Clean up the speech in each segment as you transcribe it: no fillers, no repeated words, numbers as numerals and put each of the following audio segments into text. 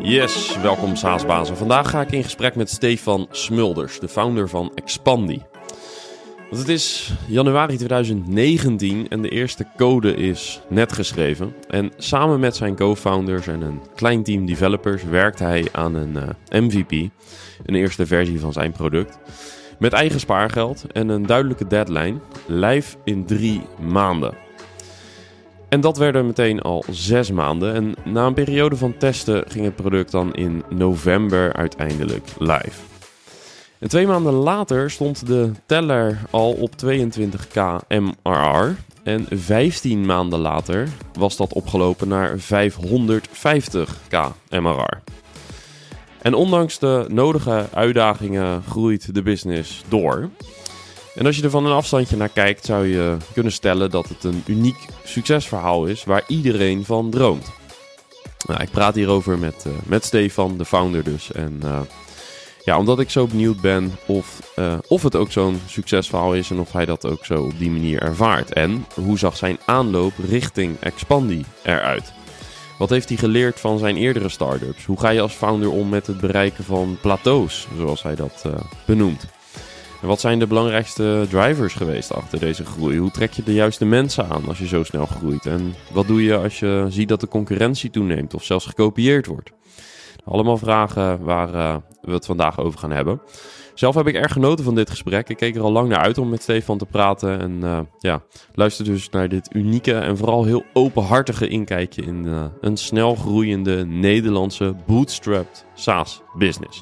Yes, welkom SaaS-bazen. Vandaag ga ik in gesprek met Stefan Smulders, de founder van Expandi. Want het is januari 2019 en de eerste code is net geschreven. En samen met zijn co-founders en een klein team developers werkt hij aan een MVP, een eerste versie van zijn product. Met eigen spaargeld en een duidelijke deadline, live in 3 maanden. En dat werden meteen al 6 maanden. En na een periode van testen ging het product dan in november uiteindelijk live. En 2 maanden later stond de teller al op 22k MRR. En 15 maanden later was dat opgelopen naar 550k MRR. En ondanks de nodige uitdagingen groeit de business door. En als je er van een afstandje naar kijkt, zou je kunnen stellen dat het een uniek succesverhaal is waar iedereen van droomt. Nou, ik praat hierover met Stefan, de founder dus. En omdat ik zo benieuwd ben of het ook zo'n succesverhaal is en of hij dat ook zo op die manier ervaart. En hoe zag zijn aanloop richting Expandi eruit? Wat heeft hij geleerd van zijn eerdere start-ups? Hoe ga je als founder om met het bereiken van plateaus, zoals hij dat benoemt? En wat zijn de belangrijkste drivers geweest achter deze groei? Hoe trek je de juiste mensen aan als je zo snel groeit? En wat doe je als je ziet dat de concurrentie toeneemt of zelfs gekopieerd wordt? Allemaal vragen waar we het vandaag over gaan hebben. Zelf heb ik erg genoten van dit gesprek. Ik keek er al lang naar uit om met Stefan te praten. En luister dus naar dit unieke en vooral heel openhartige inkijkje in een snel groeiende Nederlandse bootstrapped SaaS business.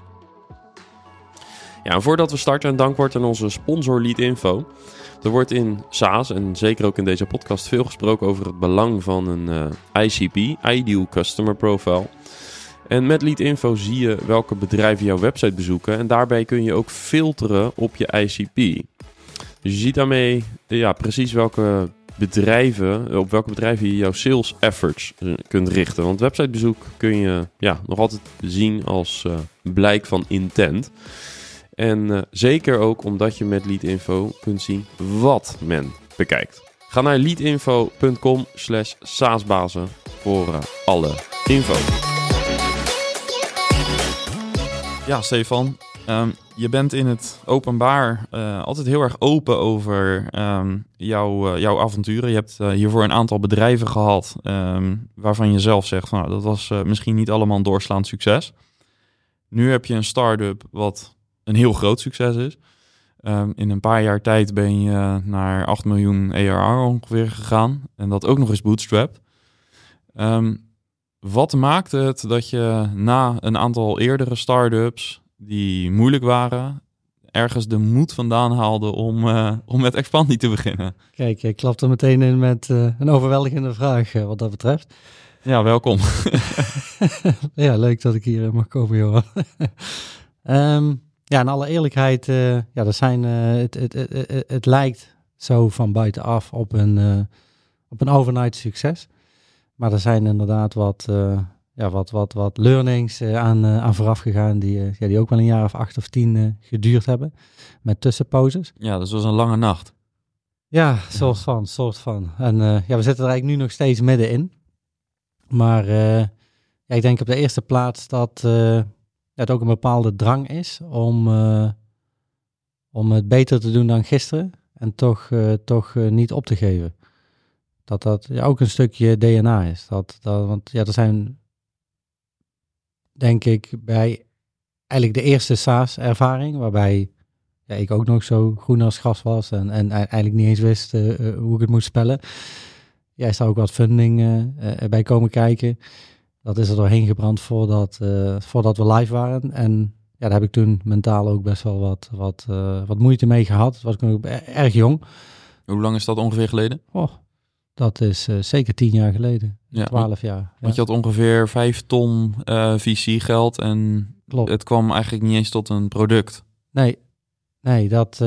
Ja, en voordat we starten, een dankwoord aan onze sponsor Leadinfo. Er wordt in SaaS en zeker ook in deze podcast veel gesproken over het belang van een ICP, Ideal Customer Profile. En met Leadinfo zie je welke bedrijven jouw website bezoeken en daarbij kun je ook filteren op je ICP. Dus je ziet daarmee precies op welke bedrijven je jouw sales efforts kunt richten. Want websitebezoek kun je nog altijd zien als blijk van intent. En zeker ook omdat je met Leadinfo kunt zien wat men bekijkt. Ga naar leadinfo.com/saasbazen voor alle info. Ja, Stefan, je bent in het openbaar altijd heel erg open over jouw avonturen. Je hebt hiervoor een aantal bedrijven gehad waarvan je zelf zegt van dat was misschien niet allemaal een doorslaand succes. Nu heb je een start-up wat een heel groot succes is. In een paar jaar tijd ben je naar 8 miljoen ARR ongeveer gegaan. En dat ook nog eens bootstrap. Wat maakte het dat je na een aantal eerdere start-ups die moeilijk waren, ergens de moed vandaan haalde om met Expandi te beginnen? Kijk, ik klap er meteen in met een overweldigende vraag wat dat betreft. Ja, welkom. Ja, leuk dat ik hier mag komen, Johan. In alle eerlijkheid, het lijkt zo van buitenaf op een overnight succes. Maar er zijn inderdaad wat learnings aan vooraf gegaan die ook wel een jaar of 8 of 10 geduurd hebben. Met tussenposes. Ja, dus was een lange nacht. Ja, soort van. En we zitten er eigenlijk nu nog steeds middenin. Maar ik denk op de eerste plaats dat het ook een bepaalde drang is om het beter te doen dan gisteren. En toch niet op te geven. Dat ook een stukje DNA is. Want er zijn, denk ik, bij eigenlijk de eerste SaaS-ervaring, waarbij ik ook nog zo groen als gras was en eigenlijk niet eens wist hoe ik het moest spellen. Ja, is daar ook wat funding bij komen kijken. Dat is er doorheen gebrand voordat we live waren. En daar heb ik toen mentaal ook best wel wat moeite mee gehad. Was ik ook erg jong. Hoe lang is dat ongeveer geleden? Dat is zeker 10 jaar geleden. 12 jaar. Want je had ongeveer 5 ton VC-geld en klopt. Het kwam eigenlijk niet eens tot een product. Nee, dat...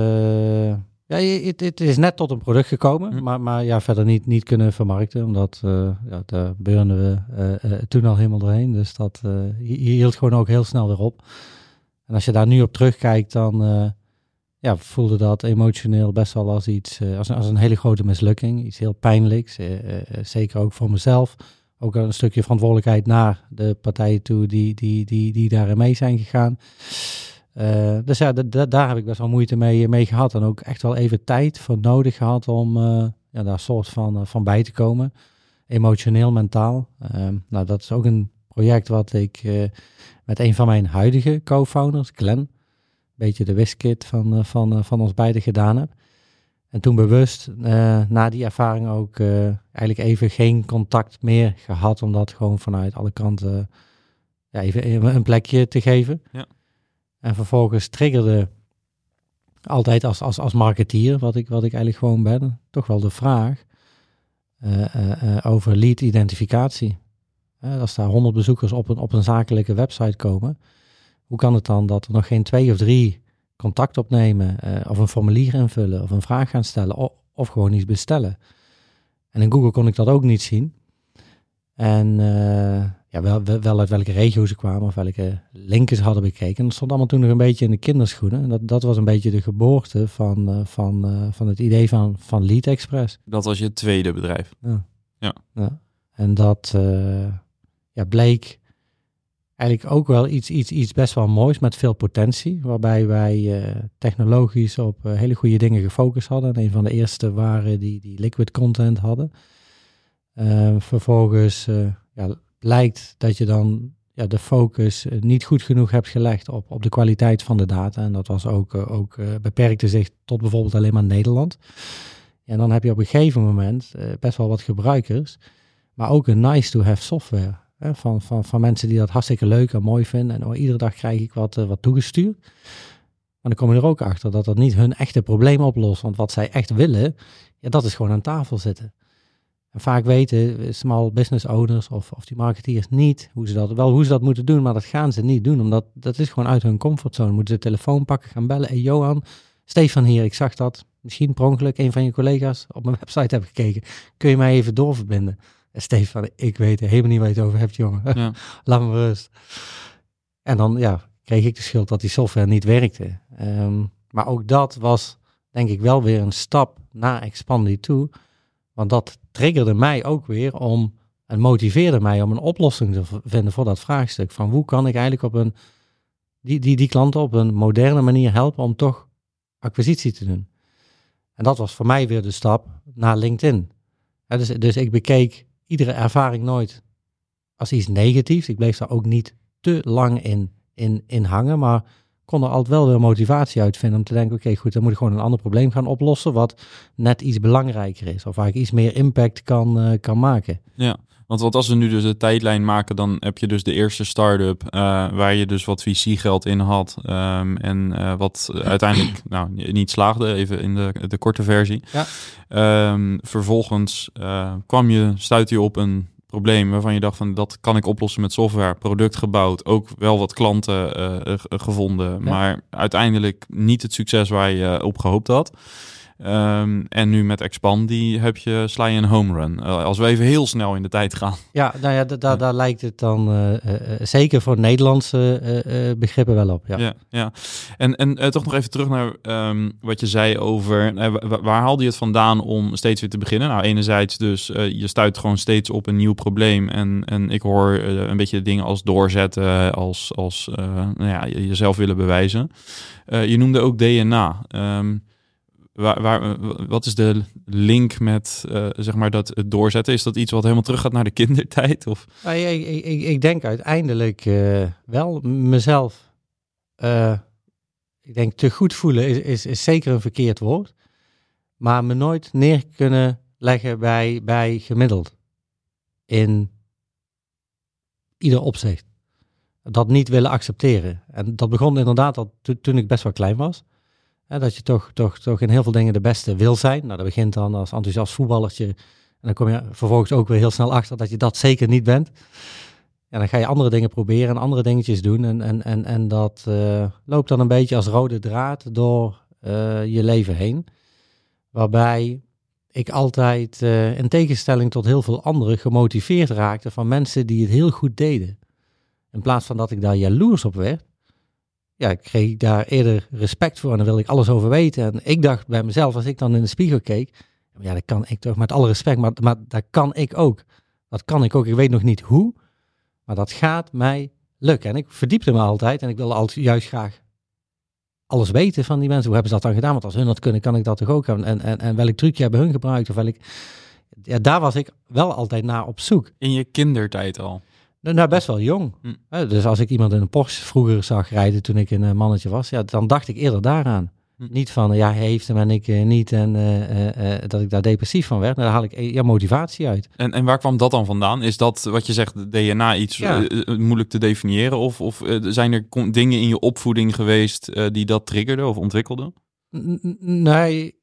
het is net tot een product gekomen, maar verder niet kunnen vermarkten, omdat daar burnen we toen al helemaal doorheen. Dus dat hield gewoon ook heel snel weer op. En als je daar nu op terugkijkt, dan voelde dat emotioneel best wel als iets, als een hele grote mislukking. Iets heel pijnlijks, zeker ook voor mezelf, ook een stukje verantwoordelijkheid naar de partijen toe die daarin mee zijn gegaan. Dus ja, daar heb ik best wel moeite mee gehad. En ook echt wel even tijd voor nodig gehad om daar soort van bij te komen. Emotioneel, mentaal. Nou, dat is ook een project wat ik met een van mijn huidige co-founders, Glenn, een beetje de WizKid van ons beiden gedaan heb. En toen bewust na die ervaring ook eigenlijk even geen contact meer gehad, om dat gewoon vanuit alle kanten even een plekje te geven. Ja. En vervolgens triggerde altijd als marketeer, wat ik eigenlijk gewoon ben, toch wel de vraag over lead identificatie. Als daar 100 bezoekers op een zakelijke website komen, hoe kan het dan dat er nog geen 2 of 3 contact opnemen, of een formulier invullen, of een vraag gaan stellen, of gewoon iets bestellen? En in Google kon ik dat ook niet zien. En wel uit welke regio ze kwamen, of welke linken ze hadden bekeken. En dat stond allemaal toen nog een beetje in de kinderschoenen. En dat was een beetje de geboorte van het idee van Lead Express. Dat was je tweede bedrijf. Ja. En dat bleek eigenlijk ook wel iets best wel moois met veel potentie. Waarbij wij technologisch op hele goede dingen gefocust hadden. En een van de eerste waren die liquid content hadden. Vervolgens blijkt dat je dan de focus niet goed genoeg hebt gelegd op de kwaliteit van de data. En dat was ook beperkte zich tot bijvoorbeeld alleen maar Nederland. En dan heb je op een gegeven moment best wel wat gebruikers, maar ook een nice to have software. Van mensen die dat hartstikke leuk en mooi vinden. En iedere dag krijg ik wat toegestuurd. Maar dan kom je er ook achter dat dat niet hun echte probleem oplost. Want wat zij echt willen, dat is gewoon aan tafel zitten. En vaak weten small business owners of die marketeers niet hoe ze dat moeten doen. Maar dat gaan ze niet doen, omdat dat is gewoon uit hun comfortzone. Moeten ze de telefoon pakken, gaan bellen. Hey Johan, Stefan hier, ik zag dat misschien per ongeluk een van je collega's op mijn website hebben gekeken. Kun je mij even doorverbinden? Stefan, ik weet helemaal niet waar je het over hebt, jongen. Ja. Laat me rust. En dan kreeg ik de schuld dat die software niet werkte. Maar ook dat was denk ik wel weer een stap naar Expandi toe. Want dat triggerde mij ook weer en motiveerde mij om een oplossing te vinden voor dat vraagstuk. Van hoe kan ik eigenlijk op die klanten op een moderne manier helpen om toch acquisitie te doen. En dat was voor mij weer de stap naar LinkedIn. Dus ik bekeek iedere ervaring nooit als iets negatiefs. Ik bleef daar ook niet te lang in hangen, maar kon er altijd wel weer motivatie uit vinden om te denken, oké, goed, dan moet ik gewoon een ander probleem gaan oplossen wat net iets belangrijker is. Of waar ik iets meer impact kan maken. Ja, want als we nu dus de tijdlijn maken, dan heb je dus de eerste start-up waar je dus wat VC-geld in had en wat uiteindelijk niet slaagde, even in de korte versie. Ja. Vervolgens stuitte je op een probleem waarvan je dacht van dat kan ik oplossen met software, product gebouwd, ook wel wat klanten gevonden, ja. Maar uiteindelijk niet het succes waar je op gehoopt had. En nu met Expandi sla je een home run. Als we even heel snel in de tijd gaan. Ja, daar lijkt het dan zeker voor Nederlandse begrippen wel op. Ja. En toch nog even terug naar wat je zei over waar haalde je het vandaan om steeds weer te beginnen? Nou, enerzijds dus je stuit gewoon steeds op een nieuw probleem en ik hoor een beetje dingen als doorzetten, als jezelf willen bewijzen. Je noemde ook DNA. Wat is de link met dat het doorzetten? Is dat iets wat helemaal terug gaat naar de kindertijd? Of? Ik denk uiteindelijk wel mezelf. Ik denk te goed voelen is zeker een verkeerd woord. Maar me nooit neer kunnen leggen bij gemiddeld. In ieder opzicht. Dat niet willen accepteren. En dat begon inderdaad al toen ik best wel klein was. Dat je toch in heel veel dingen de beste wil zijn. Nou, dat begint dan als enthousiast voetballertje. En dan kom je vervolgens ook weer heel snel achter dat je dat zeker niet bent. En dan ga je andere dingen proberen en andere dingetjes doen. En dat loopt dan een beetje als rode draad door je leven heen. Waarbij ik altijd, in tegenstelling tot heel veel anderen, gemotiveerd raakte van mensen die het heel goed deden. In plaats van dat ik daar jaloers op werd. Ja, kreeg ik daar eerder respect voor en dan wilde ik alles over weten. En ik dacht bij mezelf, als ik dan in de spiegel keek, ja, dat kan ik toch met alle respect, maar dat kan ik ook. Dat kan ik ook. Ik weet nog niet hoe, maar dat gaat mij lukken. En ik verdiepte me altijd en ik wilde altijd juist graag alles weten van die mensen. Hoe hebben ze dat dan gedaan? Want als hun dat kunnen, kan ik dat toch ook. En welk trucje hebben hun gebruikt? Of daar was ik wel altijd naar op zoek. In je kindertijd al? Nou, best wel jong. Dus als ik iemand in een Porsche vroeger zag rijden toen ik een mannetje was, dan dacht ik eerder daaraan. Niet van, hij heeft hem en ik niet en dat ik daar depressief van werd. Nou, daar haal ik motivatie uit. En waar kwam dat dan vandaan? Is dat wat je zegt, DNA iets moeilijk te definiëren? Of zijn er dingen in je opvoeding geweest die dat triggerden of ontwikkelden? Nee,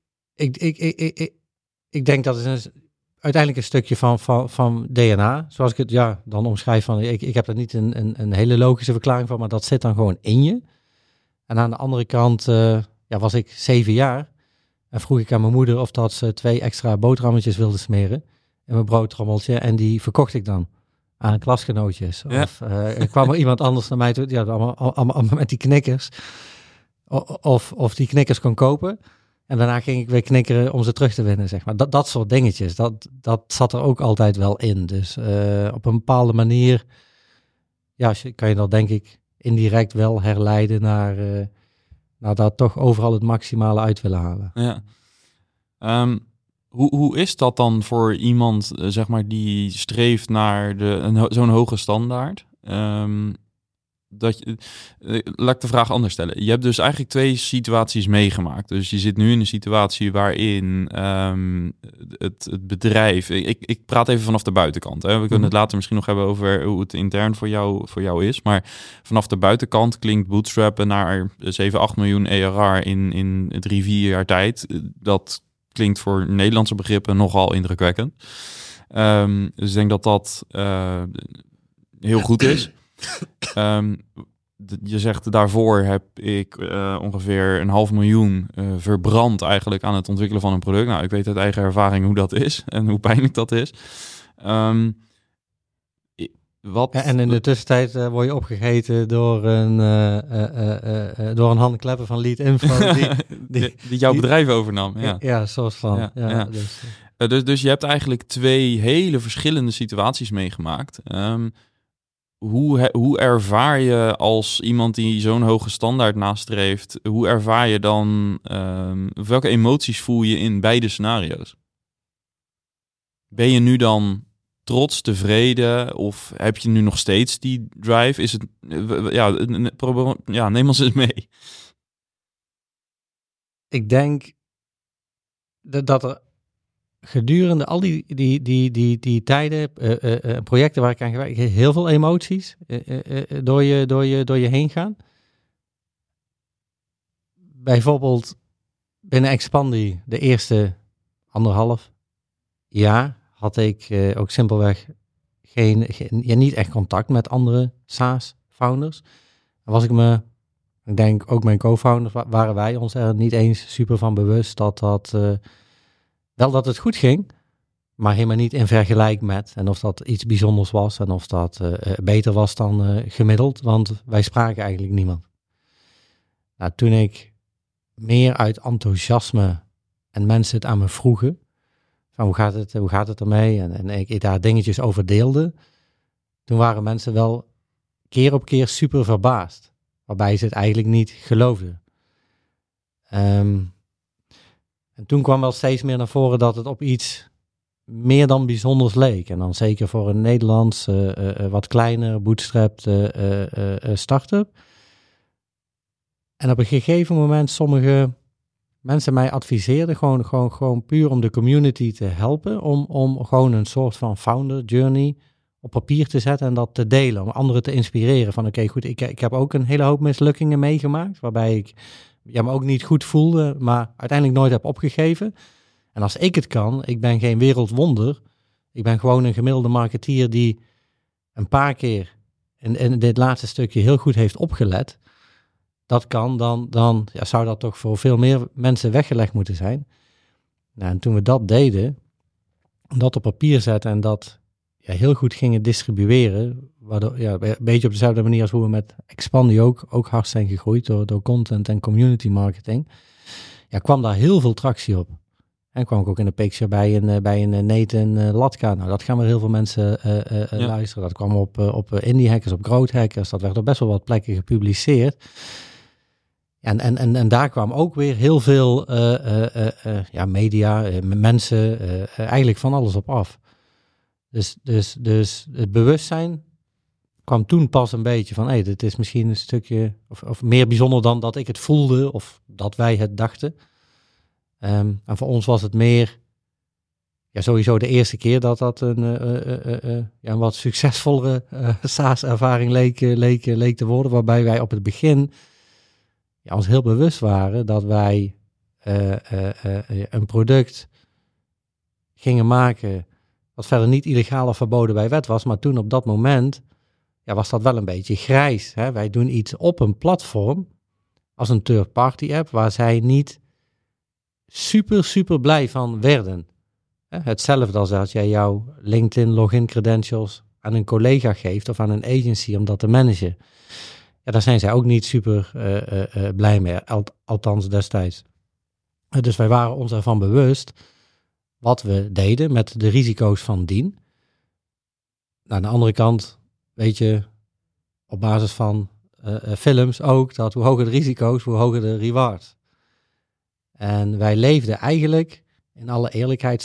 ik denk dat het uiteindelijk een stukje van DNA, zoals ik het dan omschrijf. Ik heb er niet een hele logische verklaring van, maar dat zit dan gewoon in je. En aan de andere kant was ik 7 jaar en vroeg ik aan mijn moeder of dat ze 2 extra boterhammetjes wilde smeren in mijn broodtrommeltje en die verkocht ik dan aan klasgenootjes. Ja. Of kwam er iemand anders naar mij toe, allemaal met die knikkers, of die knikkers kon kopen. En daarna ging ik weer knikkeren om ze terug te winnen, zeg maar. Dat soort dingetjes, dat zat er ook altijd wel in. Dus op een bepaalde manier kan je dat denk ik indirect wel herleiden naar daar toch overal het maximale uit willen halen. Ja. Hoe is dat dan voor iemand, zeg maar, die streeft naar zo'n hoge standaard? Laat ik de vraag anders stellen. Je hebt dus eigenlijk 2 situaties meegemaakt. Dus je zit nu in een situatie waarin het bedrijf... Ik praat even vanaf de buitenkant. Hè. We kunnen het later misschien nog hebben over hoe het intern voor jou is. Maar vanaf de buitenkant klinkt bootstrappen naar 7-8 miljoen ERR in 3-4 jaar tijd. Dat klinkt voor Nederlandse begrippen nogal indrukwekkend. Dus ik denk dat heel goed is. Je zegt daarvoor heb ik ongeveer 500.000 verbrand eigenlijk aan het ontwikkelen van een product. Nou, ik weet uit eigen ervaring hoe dat is en hoe pijnlijk dat is. En in de tussentijd word je opgegeten door een handklepper van Leadinfo die jouw bedrijf overnam. Ja, soort van. Ja. Dus je hebt eigenlijk 2 hele verschillende situaties meegemaakt. Hoe ervaar je als iemand die zo'n hoge standaard nastreeft, hoe ervaar je dan, welke emoties voel je in beide scenario's? Ben je nu dan trots, tevreden of heb je nu nog steeds die drive? Is het, neem ons eens mee. Ik denk dat er gedurende al die tijden, projecten waar ik aan gewerkt heb, heel veel emoties door je heen gaan. Bijvoorbeeld binnen Expandi, de eerste 1,5 jaar, had ik ook simpelweg niet echt contact met andere SaaS-founders. Dan was ik denk ook mijn co-founders, waren wij ons er niet eens super van bewust dat het goed ging, maar helemaal niet in vergelijk met. En of dat iets bijzonders was en of dat beter was dan gemiddeld, want wij spraken eigenlijk niemand. Nou, toen ik meer uit enthousiasme en mensen het aan me vroegen, van hoe gaat het ermee? En ik daar dingetjes over deelde, toen waren mensen wel keer op keer super verbaasd, waarbij ze het eigenlijk niet geloofden. En toen kwam wel steeds meer naar voren dat het op iets meer dan bijzonders leek. En dan zeker voor een Nederlands, wat kleiner, bootstrapped start-up. En op een gegeven moment sommige mensen mij adviseerden gewoon puur om de community te helpen. Om gewoon een soort van founder journey op papier te zetten en dat te delen. Om anderen te inspireren van oké, goed, ik heb ook een hele hoop mislukkingen meegemaakt. Waarbij ik me ook niet goed voelde, maar uiteindelijk nooit heb opgegeven. En als ik het kan, ik ben geen wereldwonder. Ik ben gewoon een gemiddelde marketeer die een paar keer in dit laatste stukje heel goed heeft opgelet. Dat kan, dan zou dat toch voor veel meer mensen weggelegd moeten zijn. Nou, en toen we dat deden, dat op papier zetten en dat heel goed gingen distribueren, waardoor, een beetje op dezelfde manier als hoe we met Expandi ook hard zijn gegroeid door content en community marketing, kwam daar heel veel tractie op. En kwam ik ook in de picture bij een Nathan Latka. Nou, dat gaan weer heel veel mensen luisteren. Dat kwam op Indie Hackers, op Growth Hackers. Dat werd op best wel wat plekken gepubliceerd. En daar kwam ook weer heel veel media, mensen, eigenlijk van alles op af. Dus het bewustzijn kwam toen pas een beetje van, dit is misschien een stukje, of meer bijzonder dan dat ik het voelde, of dat wij het dachten. En voor ons was het meer, sowieso de eerste keer dat een wat succesvollere SaaS-ervaring leek te worden, waarbij wij op het begin ons heel bewust waren dat wij een product gingen maken wat verder niet illegaal of verboden bij wet was, maar toen op dat moment was dat wel een beetje grijs. Hè? Wij doen iets op een platform als een third-party app waar zij niet super blij van werden. Hetzelfde als als jij jouw LinkedIn login credentials aan een collega geeft of aan een agency om dat te managen. Ja, daar zijn zij ook niet super blij mee, althans destijds. Dus wij waren ons ervan bewust wat we deden met de risico's van dien. Aan de andere kant weet je op basis van films ook dat hoe hoger de risico's, hoe hoger de rewards. En wij leefden eigenlijk, in alle eerlijkheid,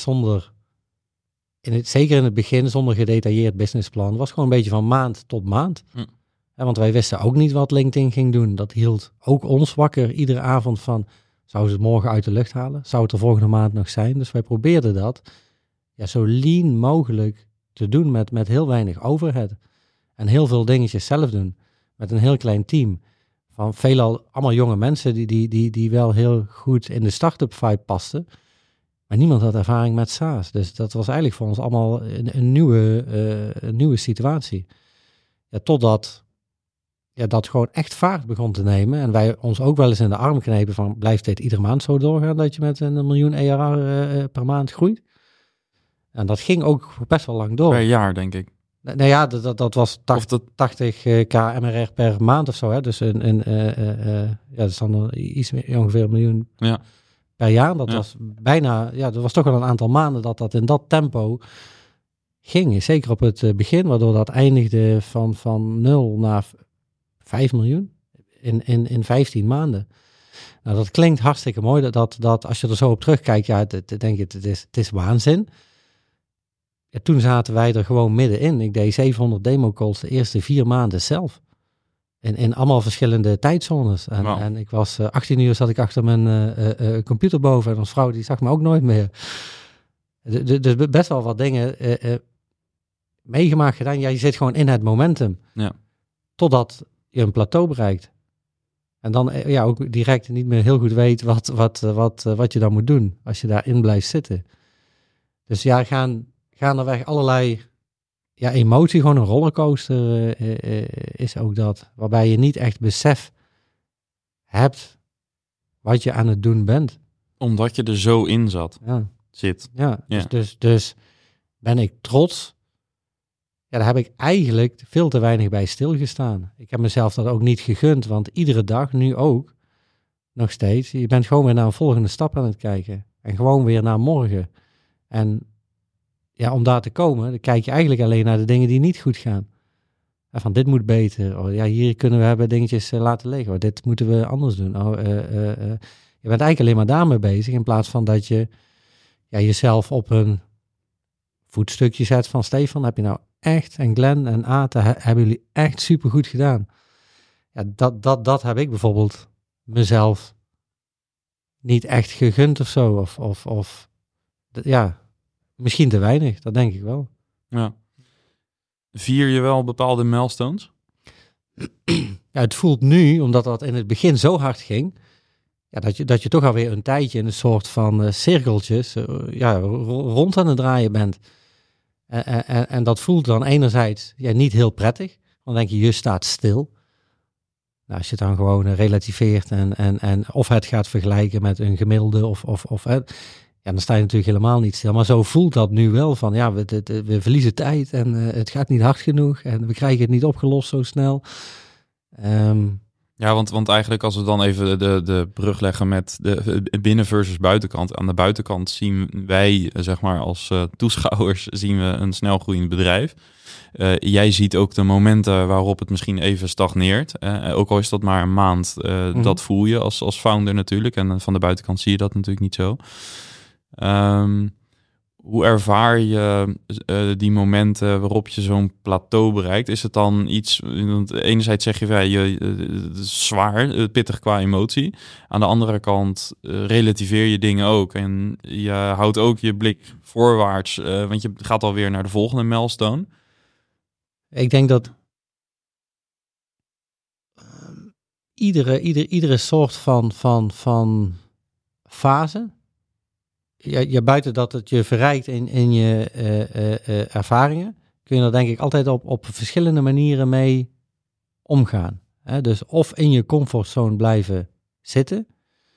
zeker in het begin, zonder gedetailleerd businessplan. Het was gewoon een beetje van maand tot maand. Want wij wisten ook niet wat LinkedIn ging doen. Dat hield ook ons wakker iedere avond van, zouden ze het morgen uit de lucht halen? Zou het de volgende maand nog zijn? Dus wij probeerden dat zo lean mogelijk te doen met heel weinig overhead. En heel veel dingetjes zelf doen. Met een heel klein team. Van veelal allemaal jonge mensen die wel heel goed in de start-up vibe pasten. Maar niemand had ervaring met SaaS. Dus dat was eigenlijk voor ons allemaal een nieuwe situatie. Ja, totdat dat gewoon echt vaart begon te nemen. En wij ons ook wel eens in de arm knepen van, blijft dit iedere maand zo doorgaan dat je met 1 miljoen ERR per maand groeit? En dat ging ook best wel lang door. Per jaar, denk ik. Nou ja, dat was 80k MRR per maand of zo. Hè? Dus dat is dan iets meer, ongeveer 1 miljoen per jaar. Dat was bijna, dat was toch wel een aantal maanden dat in dat tempo ging. Zeker op het begin, waardoor dat eindigde van 0 naar 5 miljoen in 15 maanden. Nou, dat klinkt hartstikke mooi. Dat als je er zo op terugkijkt, denk je, het is waanzin. Ja, toen zaten wij er gewoon middenin. Ik deed 700 demo calls de eerste 4 maanden zelf. In allemaal verschillende tijdzones. En ik was 18 uur zat ik achter mijn computer boven. En ons vrouw die zag me ook nooit meer. Dus best wel wat dingen meegemaakt gedaan. Ja, je zit gewoon in het momentum. Ja. Totdat je een plateau bereikt. En dan ook direct niet meer heel goed weet wat je dan moet doen. Als je daarin blijft zitten. Dus gaan er weg allerlei emotie, gewoon een rollercoaster is ook dat. Waarbij je niet echt besef hebt wat je aan het doen bent. Omdat je er zo in zit. Ja. Dus ben ik trots. Ja, daar heb ik eigenlijk veel te weinig bij stilgestaan. Ik heb mezelf dat ook niet gegund, want iedere dag, nu ook, nog steeds, je bent gewoon weer naar een volgende stap aan het kijken. En gewoon weer naar morgen. En om daar te komen, dan kijk je eigenlijk alleen naar de dingen die niet goed gaan. En van, dit moet beter. Oh, hier kunnen we hebben dingetjes laten liggen. Oh, dit moeten we anders doen. Je bent eigenlijk alleen maar daarmee bezig, in plaats van dat je jezelf op een voetstukje zet van, Stefan, heb je nou echt, en Glenn en Ate, hebben jullie echt supergoed gedaan. Ja, dat heb ik bijvoorbeeld mezelf niet echt gegund of zo. Misschien te weinig, dat denk ik wel. Ja. Vier je wel bepaalde milestones? Ja, het voelt nu, omdat dat in het begin zo hard ging, dat je toch alweer een tijdje in een soort van cirkeltjes rond aan het draaien bent. En dat voelt dan enerzijds niet heel prettig. Dan denk je staat stil. Nou, als je het dan gewoon relativeert en of het gaat vergelijken met een gemiddelde of dan sta je natuurlijk helemaal niet stil. Maar zo voelt dat nu wel van, we verliezen tijd en het gaat niet hard genoeg en we krijgen het niet opgelost zo snel. Ja, want eigenlijk als we dan even de brug leggen met de binnen versus buitenkant. Aan de buitenkant zien wij, zeg maar als toeschouwers, zien we een snel groeiend bedrijf. Jij ziet ook de momenten waarop het misschien even stagneert. Ook al is dat maar een maand, dat voel je als founder natuurlijk. En van de buitenkant zie je dat natuurlijk niet zo. Hoe ervaar je die momenten waarop je zo'n plateau bereikt? Is het dan iets... Enerzijds zeg je, het is zwaar, pittig qua emotie. Aan de andere kant relativeer je dingen ook. En je houdt ook je blik voorwaarts. Want je gaat alweer naar de volgende milestone. Ik denk dat iedere soort van fase... Ja, buiten dat het je verrijkt in je ervaringen, kun je er denk ik altijd op verschillende manieren mee omgaan. Dus of in je comfortzone blijven zitten,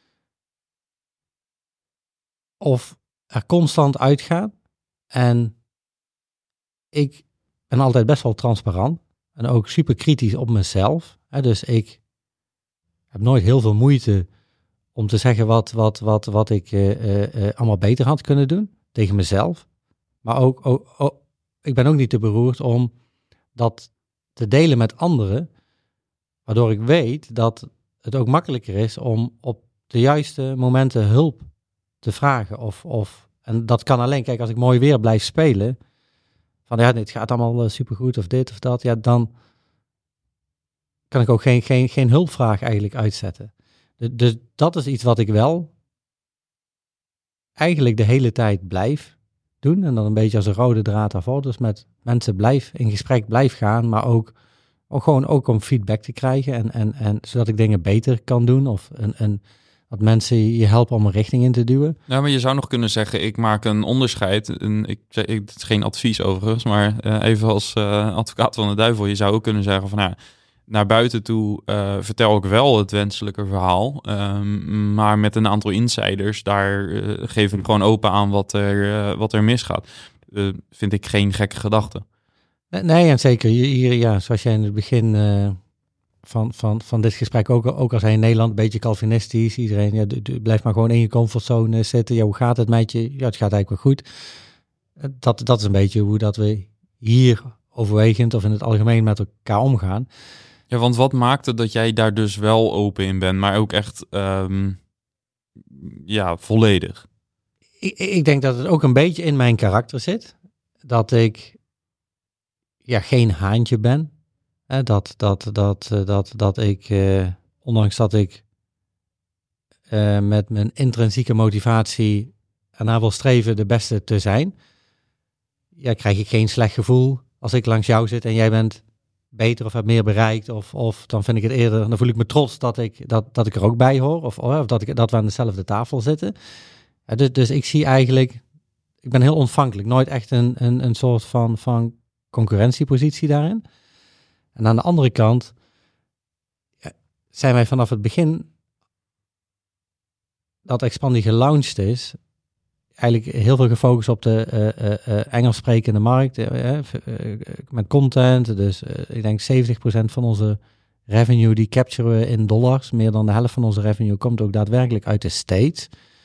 of er constant uitgaan. En ik ben altijd best wel transparant en ook super kritisch op mezelf. Dus ik heb nooit heel veel moeite om te zeggen wat ik allemaal beter had kunnen doen tegen mezelf. Maar ook, ik ben ook niet te beroerd om dat te delen met anderen. Waardoor ik weet dat het ook makkelijker is om op de juiste momenten hulp te vragen. En dat kan alleen, kijk, als ik mooi weer blijf spelen. Van ja, het gaat allemaal supergoed of dit of dat. Ja, dan kan ik ook geen hulpvraag eigenlijk uitzetten. Dus dat is iets wat ik wel eigenlijk de hele tijd blijf doen. En dan een beetje als een rode draad daarvoor. Dus met mensen in gesprek blijf gaan. Maar ook gewoon om feedback te krijgen. En zodat ik dingen beter kan doen. Of dat mensen je helpen om een richting in te duwen. Ja, maar je zou nog kunnen zeggen, ik maak een onderscheid. Het is geen advies overigens. Maar even als advocaat van de duivel. Je zou ook kunnen zeggen van... Nou, naar buiten toe vertel ik wel het wenselijke verhaal. Maar met een aantal insiders, daar geef ik gewoon open aan wat er misgaat. Vind ik geen gekke gedachte. Nee, en zeker hier, ja, zoals jij in het begin van dit gesprek ook al zei in Nederland, een beetje Calvinistisch. Iedereen, blijf maar gewoon in je comfortzone zitten. Ja, hoe gaat het met je? Ja, het gaat eigenlijk wel goed. Dat is een beetje hoe dat we hier overwegend of in het algemeen met elkaar omgaan. Ja, want wat maakt het dat jij daar dus wel open in bent, maar ook echt volledig? Ik denk dat het ook een beetje in mijn karakter zit. Dat ik geen haantje ben. Dat ik, ondanks dat ik met mijn intrinsieke motivatie ernaar wil streven de beste te zijn, krijg ik geen slecht gevoel als ik langs jou zit en jij bent beter of heb meer bereikt, of dan vind ik het eerder, dan voel ik me trots dat ik er ook bij hoor, of dat we aan dezelfde tafel zitten. Dus ik zie eigenlijk, ik ben heel ontvankelijk, nooit echt een soort van concurrentiepositie daarin. En aan de andere kant zijn wij vanaf het begin dat Expandi gelaunched is, eigenlijk heel veel gefocust op de Engels sprekende markt, met content. Dus ik denk 70% van onze revenue die capturen we in dollars. Meer dan de helft van onze revenue komt ook daadwerkelijk uit de States.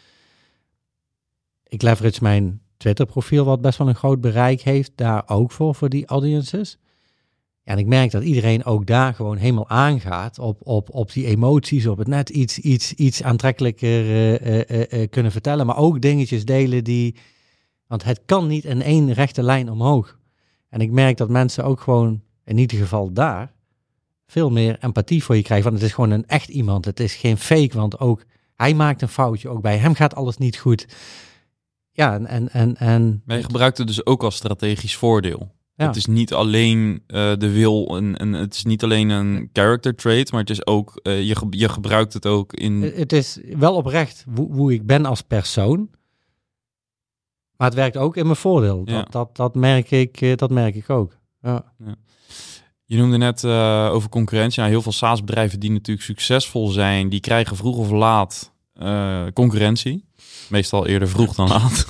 Ik leverage mijn Twitter profiel, wat best wel een groot bereik heeft, daar ook voor die audiences. Ja, en ik merk dat iedereen ook daar gewoon helemaal aangaat op die emoties, op het net iets aantrekkelijker kunnen vertellen, maar ook dingetjes delen want het kan niet in één rechte lijn omhoog. En ik merk dat mensen ook gewoon, in ieder geval daar, veel meer empathie voor je krijgen, want het is gewoon een echt iemand, het is geen fake, want ook hij maakt een foutje, ook bij hem gaat alles niet goed. Ja, en maar je gebruikt het dus ook als strategisch voordeel. Ja. Het is niet alleen de wil, het is niet alleen een character trait, maar het is ook, je gebruikt het ook in... Het is wel oprecht hoe ik ben als persoon, maar het werkt ook in mijn voordeel. Ja. Dat merk ik ook. Ja. Ja. Je noemde net over concurrentie. Nou, heel veel SaaS-bedrijven die natuurlijk succesvol zijn, die krijgen vroeg of laat concurrentie. Meestal eerder vroeg dan laat.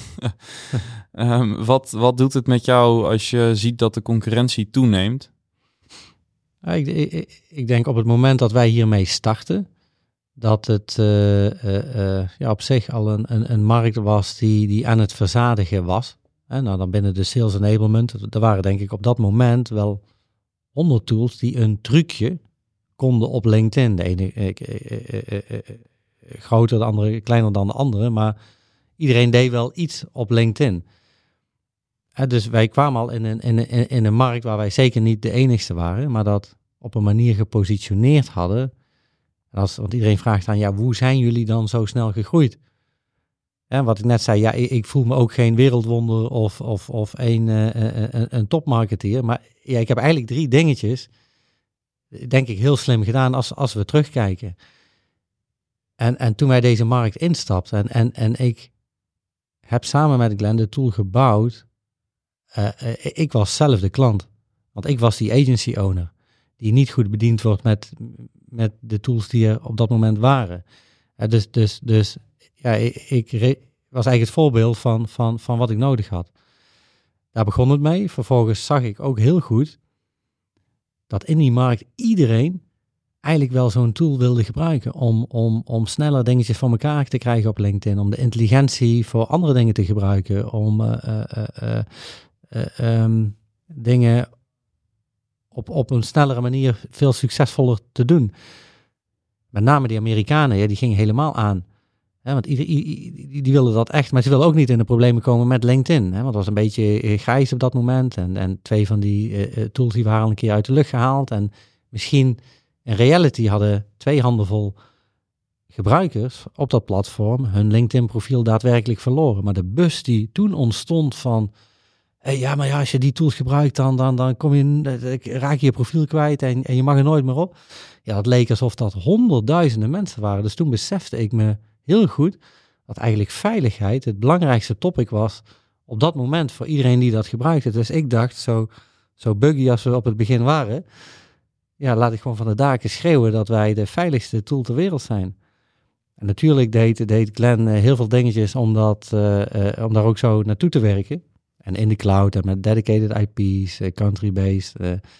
Wat doet het met jou als je ziet dat de concurrentie toeneemt? Ik denk op het moment dat wij hiermee starten, dat het op zich al een markt was die aan het verzadigen was. Nou, dan binnen de sales enablement, er waren denk ik op dat moment wel 100 tools die een trucje konden op LinkedIn. De ene groter, de andere kleiner dan de andere, maar iedereen deed wel iets op LinkedIn. Dus wij kwamen al in een markt waar wij zeker niet de enigste waren, maar dat op een manier gepositioneerd hadden. Want iedereen vraagt aan, hoe zijn jullie dan zo snel gegroeid? Wat ik net zei, ik voel me ook geen wereldwonder of een topmarketeer. Maar ik heb eigenlijk 3 dingetjes, denk ik, heel slim gedaan als we terugkijken. En toen wij deze markt instapten en ik heb samen met Glenn de tool gebouwd, ik was zelf de klant. Want ik was die agency owner die niet goed bediend wordt met de tools die er op dat moment waren. Dus ik was eigenlijk het voorbeeld van wat ik nodig had. Daar begon het mee. Vervolgens zag ik ook heel goed dat in die markt iedereen eigenlijk wel zo'n tool wilde gebruiken om sneller dingetjes van elkaar te krijgen op LinkedIn, om de intelligentie voor andere dingen te gebruiken, om dingen op een snellere manier veel succesvoller te doen. Met name die Amerikanen, die gingen helemaal aan. Want die wilden dat echt, maar ze wilden ook niet in de problemen komen met LinkedIn. Want het was een beetje grijs op dat moment. En 2 van die tools die waren al een keer uit de lucht gehaald. En misschien in reality hadden 2 handenvol gebruikers op dat platform hun LinkedIn profiel daadwerkelijk verloren. Maar de bus die toen ontstond van, als je die tools gebruikt, dan raak je je profiel kwijt en je mag er nooit meer op. Ja, het leek alsof dat honderdduizenden mensen waren. Dus toen besefte ik me heel goed dat eigenlijk veiligheid het belangrijkste topic was op dat moment voor iedereen die dat gebruikte. Dus ik dacht, zo buggy als we op het begin waren, laat ik gewoon van de daken schreeuwen dat wij de veiligste tool ter wereld zijn. En natuurlijk deed Glenn heel veel dingetjes om daar ook zo naartoe te werken. En in de cloud en met dedicated IP's, country-based.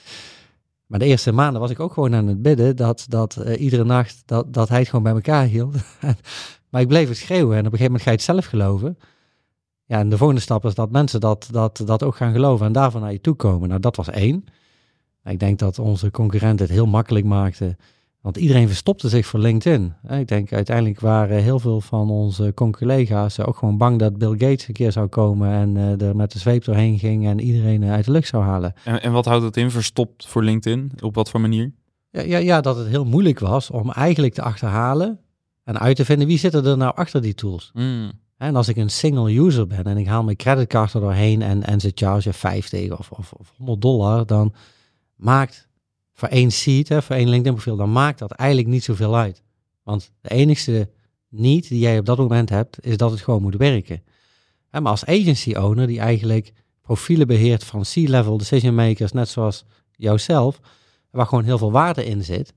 Maar de eerste maanden was ik ook gewoon aan het bidden dat iedere nacht dat hij het gewoon bij elkaar hield. Maar ik bleef het schreeuwen en op een gegeven moment ga je het zelf geloven. Ja, en de volgende stap is dat mensen dat ook gaan geloven en daarvan naar je toe komen. Nou, dat was 1. Ik denk dat onze concurrent het heel makkelijk maakte. Want iedereen verstopte zich voor LinkedIn. Ik denk uiteindelijk waren heel veel van onze collega's ook gewoon bang dat Bill Gates een keer zou komen en er met de zweep doorheen ging en iedereen uit de lucht zou halen. En wat houdt het in, verstopt voor LinkedIn? Op wat voor manier? Ja, dat het heel moeilijk was om eigenlijk te achterhalen en uit te vinden wie zit er nou achter die tools. En als ik een single user ben en ik haal mijn creditcard er doorheen en ze charge 50 of $100, dan maakt voor 1 seed, voor 1 LinkedIn profiel, dan maakt dat eigenlijk niet zoveel uit. Want de enigste need die jij op dat moment hebt, is dat het gewoon moet werken. Maar als agency owner, die eigenlijk profielen beheert van C-level decision makers, net zoals jouzelf, waar gewoon heel veel waarde in zit,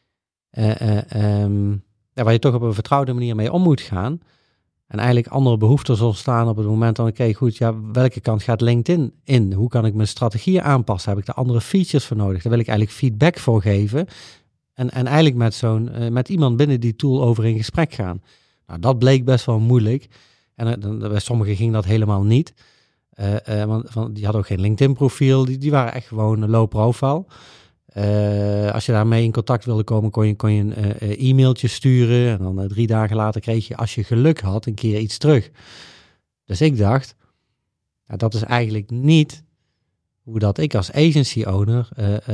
waar je toch op een vertrouwde manier mee om moet gaan, en eigenlijk andere behoeften ontstaan op het moment dan, welke kant gaat LinkedIn in? Hoe kan ik mijn strategieën aanpassen? Heb ik daar andere features voor nodig? Daar wil ik eigenlijk feedback voor geven. En eigenlijk met iemand binnen die tool over in gesprek gaan. Nou, dat bleek best wel moeilijk. En bij sommigen ging dat helemaal niet. Want die hadden ook geen LinkedIn profiel. Die waren echt gewoon low profile. Als je daarmee in contact wilde komen, kon je een e-mailtje sturen. En dan 3 dagen later kreeg je, als je geluk had, een keer iets terug. Dus ik dacht, dat is eigenlijk niet hoe dat ik als agency owner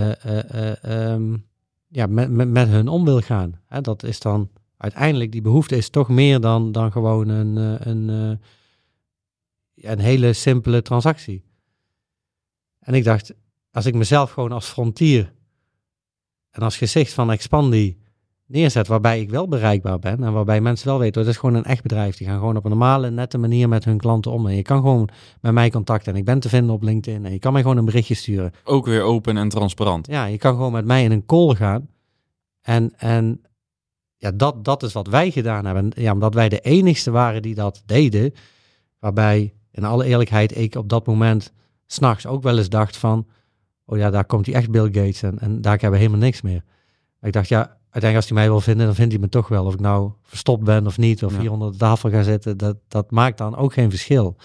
met hun om wil gaan. Dat is dan uiteindelijk, die behoefte is toch meer dan gewoon een hele simpele transactie. En ik dacht, als ik mezelf gewoon als frontier en als gezicht van Expandi neerzet, waarbij ik wel bereikbaar ben en waarbij mensen wel weten, het is gewoon een echt bedrijf. Die gaan gewoon op een normale, nette manier met hun klanten om. En je kan gewoon met mij contacten en ik ben te vinden op LinkedIn en je kan mij gewoon een berichtje sturen. Ook weer open en transparant. Ja, je kan gewoon met mij in een call gaan. En dat is wat wij gedaan hebben. Ja, omdat wij de enigste waren die dat deden, waarbij in alle eerlijkheid ik op dat moment 's nachts ook wel eens dacht van, oh ja, daar komt hij echt Bill Gates en daar hebben we helemaal niks meer. Maar ik dacht, ja, uiteindelijk als hij mij wil vinden, dan vindt hij me toch wel. Of ik nou verstopt ben of niet, of hier onder de tafel ga zitten, dat maakt dan ook geen verschil.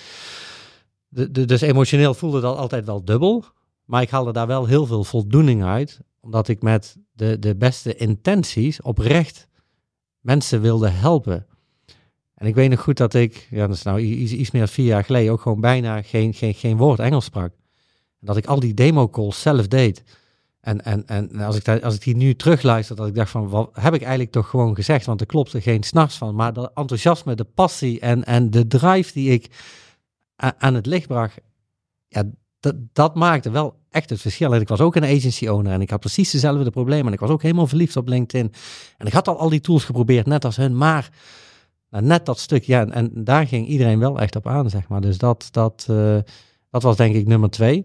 Dus emotioneel voelde dat altijd wel dubbel. Maar ik haalde daar wel heel veel voldoening uit. Omdat ik met de beste intenties oprecht mensen wilde helpen. En ik weet nog goed dat ik, dat is nou iets meer dan 4 jaar geleden, ook gewoon bijna geen woord Engels sprak. En dat ik al die demo calls zelf deed. En als ik die nu terugluister, dat ik dacht van, wat heb ik eigenlijk toch gewoon gezegd? Want er klopte geen s'nachts van. Maar dat enthousiasme, de passie en de drive die ik aan het licht bracht, ja, dat maakte wel echt het verschil. En ik was ook een agency owner en ik had precies dezelfde problemen. En ik was ook helemaal verliefd op LinkedIn. En ik had al die tools geprobeerd, net als hun, maar net dat stuk, ja, en daar ging iedereen wel echt op aan, zeg maar. Dus dat was denk ik nummer 2.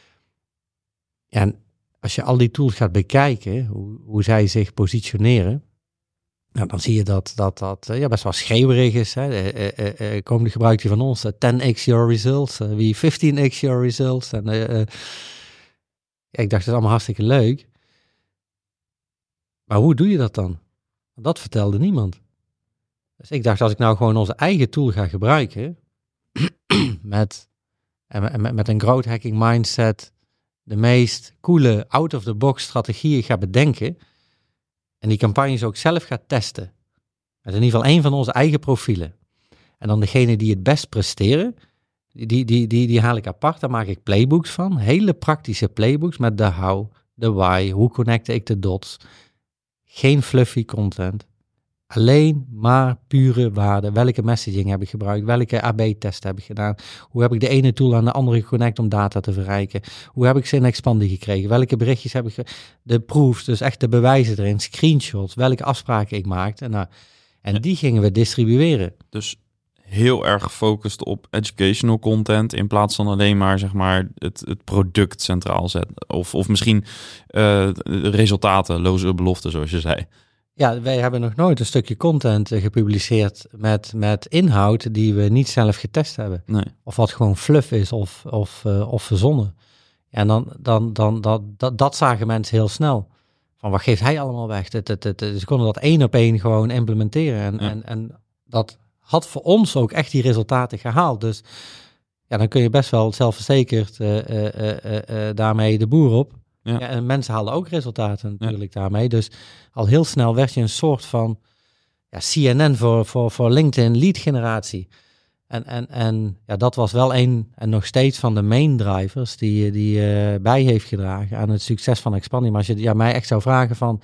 En als je al die tools gaat bekijken, hoe zij zich positioneren, nou, dan zie je dat best wel schreeuwerig is. Komen de gebruikt die van ons, 10x your results, wie 15x your results. En ik dacht, dat is allemaal hartstikke leuk. Maar hoe doe je dat dan? Dat vertelde niemand. Dus ik dacht, als ik nou gewoon onze eigen tool ga gebruiken, met een growth hacking mindset, de meest coole out-of-the-box strategieën ga bedenken en die campagnes ook zelf ga testen. Met in ieder geval 1 van onze eigen profielen. En dan degene die het best presteren, die haal ik apart. Daar maak ik playbooks van. Hele praktische playbooks met de how, de why, hoe connecte ik de dots. Geen fluffy content. Alleen maar pure waarde. Welke messaging heb ik gebruikt? Welke AB-testen heb ik gedaan? Hoe heb ik de ene tool aan de andere geconnect om data te verrijken? Hoe heb ik ze in Expandi gekregen? Welke berichtjes heb ik... De proofs, dus echt de bewijzen erin, screenshots, welke afspraken ik maakte. En die gingen we distribueren. Dus heel erg gefocust op educational content in plaats van alleen maar, zeg maar, het product centraal zetten. Of misschien resultaten, loze beloften, zoals je zei. Ja, wij hebben nog nooit een stukje content gepubliceerd met inhoud die we niet zelf getest hebben. Nee. Of wat gewoon fluff is of verzonnen. En dat zagen mensen heel snel. Van wat geeft hij allemaal weg? Ze konden dat 1 op 1 gewoon implementeren. En dat had voor ons ook echt die resultaten gehaald. Dus ja, dan kun je best wel zelfverzekerd daarmee de boer op. Ja, en mensen halen ook resultaten natuurlijk daarmee. Dus al heel snel werd je een soort van CNN voor LinkedIn lead generatie. En dat was wel een en nog steeds van de main drivers die bij heeft gedragen aan het succes van Expandi. Maar als je mij echt zou vragen van,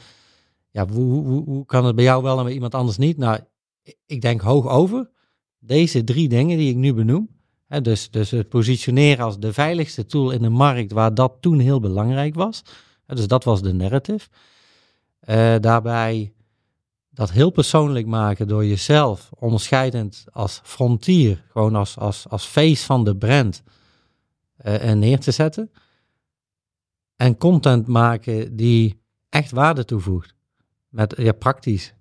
hoe kan het bij jou wel en bij iemand anders niet? Nou, ik denk hoog over. Deze 3 dingen die ik nu benoem. Dus het positioneren als de veiligste tool in de markt, waar dat toen heel belangrijk was. Dus dat was de narrative. Daarbij dat heel persoonlijk maken door jezelf, onderscheidend als frontier, gewoon als face van de brand neer te zetten. En content maken die echt waarde toevoegt. Praktisch.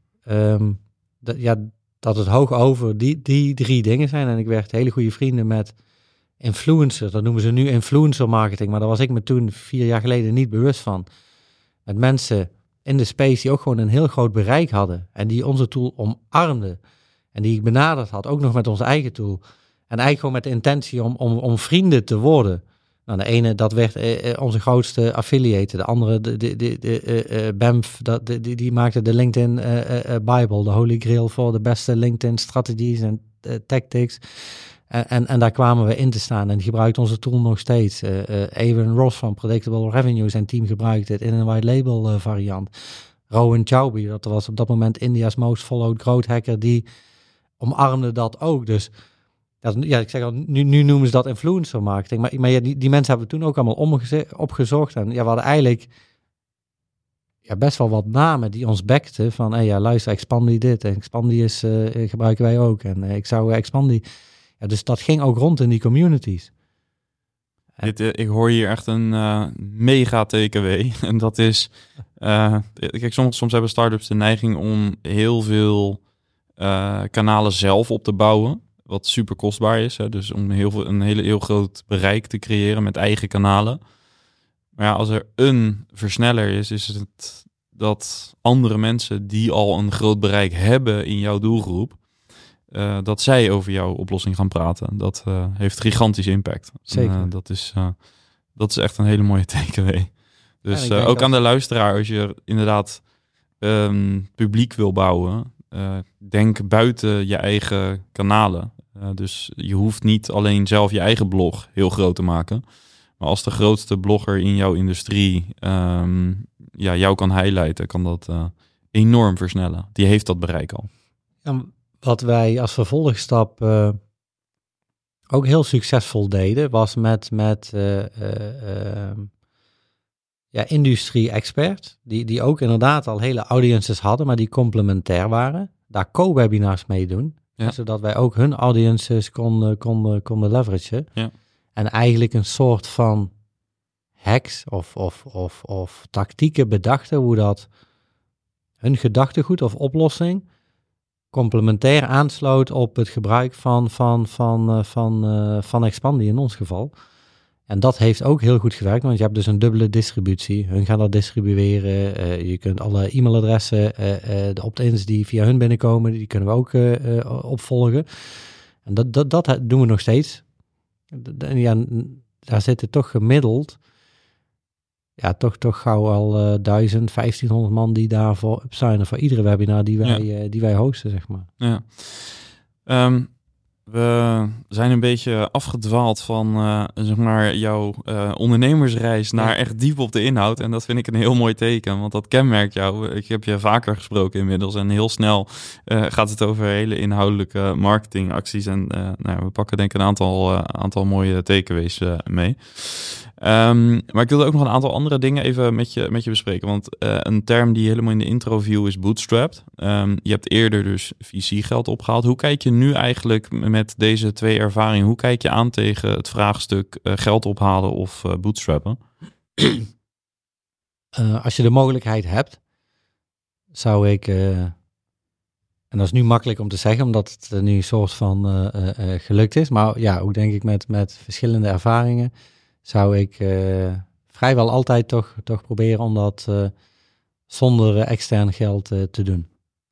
Dat het hoog over die 3 dingen zijn. En ik werd hele goede vrienden met influencers. Dat noemen ze nu influencer marketing. Maar daar was ik me toen 4 jaar geleden niet bewust van. Met mensen in de space die ook gewoon een heel groot bereik hadden. En die onze tool omarmden. En die ik benaderd had, ook nog met onze eigen tool. En eigenlijk gewoon met de intentie om vrienden te worden. Nou, de ene, dat werd onze grootste affiliate. De andere, de BAMF, die maakte de LinkedIn Bible, de Holy Grail voor de beste LinkedIn strategies en tactics. En daar kwamen we in te staan en die gebruikte onze tool nog steeds. Evan Ross van Predictable Revenue, zijn team gebruikte het in een white label variant. Rowan Chowbey, dat was op dat moment India's most followed growth hacker, die omarmde dat ook. Dus ik zeg al, nu noemen ze dat influencer marketing. Maar die mensen hebben we toen ook allemaal opgezocht. En we hadden eigenlijk best wel wat namen die ons backten. Van, luister, Expandi dit. En Expandi gebruiken wij ook. En ik zou Expandi... Ja, dus dat ging ook rond in die communities. Ik hoor hier echt een mega TKW. En dat is... kijk, soms hebben startups de neiging om heel veel kanalen zelf op te bouwen. Wat super kostbaar is. Hè? Dus om een heel groot bereik te creëren met eigen kanalen. Maar ja, als er een versneller is het dat andere mensen die al een groot bereik hebben in jouw doelgroep, dat zij over jouw oplossing gaan praten. Dat heeft gigantisch impact. Zeker. Dat is echt een hele mooie takeaway. Dus ook aan de luisteraar, als je inderdaad publiek wil bouwen, denk buiten je eigen kanalen. Dus je hoeft niet alleen zelf je eigen blog heel groot te maken. Maar als de grootste blogger in jouw industrie jou kan highlighten, kan dat enorm versnellen. Die heeft dat bereik al. En wat wij als vervolgstap ook heel succesvol deden, was met industrie-experts, die ook inderdaad al hele audiences hadden, maar die complementair waren. Daar co-webinars mee doen, zodat wij ook hun audiences konden leveragen. Ja. En eigenlijk een soort van hacks of tactieken bedachten, hoe dat hun gedachtegoed of oplossing complementair aansloot op het gebruik van Expandi in ons geval. En dat heeft ook heel goed gewerkt, want je hebt dus een dubbele distributie. Hun gaan dat distribueren. Je kunt alle e-mailadressen, de opt-ins die via hun binnenkomen, die kunnen we ook opvolgen. En dat doen we nog steeds. Ja, daar zitten toch gemiddeld, toch gauw al 1500 man die daarvoor op zijn voor iedere webinar die wij hosten, zeg maar. Ja. We zijn een beetje afgedwaald van jouw ondernemersreis naar echt diep op de inhoud. En dat vind ik een heel mooi teken, want dat kenmerkt jou. Ik heb je vaker gesproken inmiddels en heel snel gaat het over hele inhoudelijke marketingacties. En we pakken denk ik een aantal mooie takeaways mee. Maar ik wilde ook nog een aantal andere dingen even met je bespreken. Want een term die helemaal in de intro viel is bootstrapped. Je hebt eerder dus VC-geld opgehaald. Hoe kijk je nu eigenlijk met deze twee ervaringen? Hoe kijk je aan tegen het vraagstuk geld ophalen of bootstrappen? Als je de mogelijkheid hebt, zou ik... en dat is nu makkelijk om te zeggen, omdat het nu een soort van gelukt is. Maar ja, ook denk ik met verschillende ervaringen zou ik vrijwel altijd toch proberen om dat zonder extern geld te doen.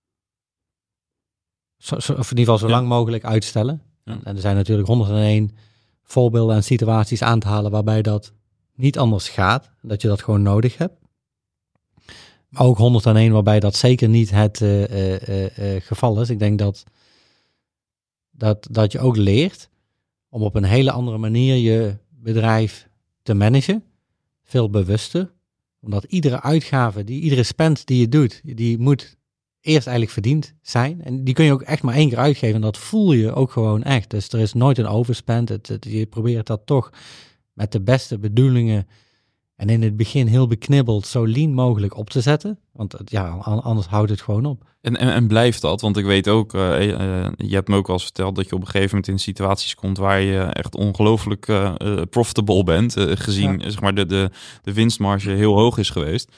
Of in ieder geval zo lang mogelijk uitstellen. Ja. En er zijn natuurlijk 101 voorbeelden en situaties aan te halen waarbij dat niet anders gaat. Dat je dat gewoon nodig hebt. Maar ook 101 waarbij dat zeker niet het geval is. Ik denk dat je ook leert om op een hele andere manier je bedrijf te managen, veel bewuster, omdat iedere uitgave, iedere spend die je doet, die moet eerst eigenlijk verdiend zijn en die kun je ook echt maar 1 keer uitgeven en dat voel je ook gewoon echt. Dus er is nooit een overspend, je probeert dat toch met de beste bedoelingen en in het begin heel beknibbeld zo lean mogelijk op te zetten, want anders houdt het gewoon op. En blijft dat? Want ik weet ook, je hebt me ook wel eens verteld dat je op een gegeven moment in situaties komt waar je echt ongelooflijk profitable bent, gezien zeg maar de winstmarge heel hoog is geweest.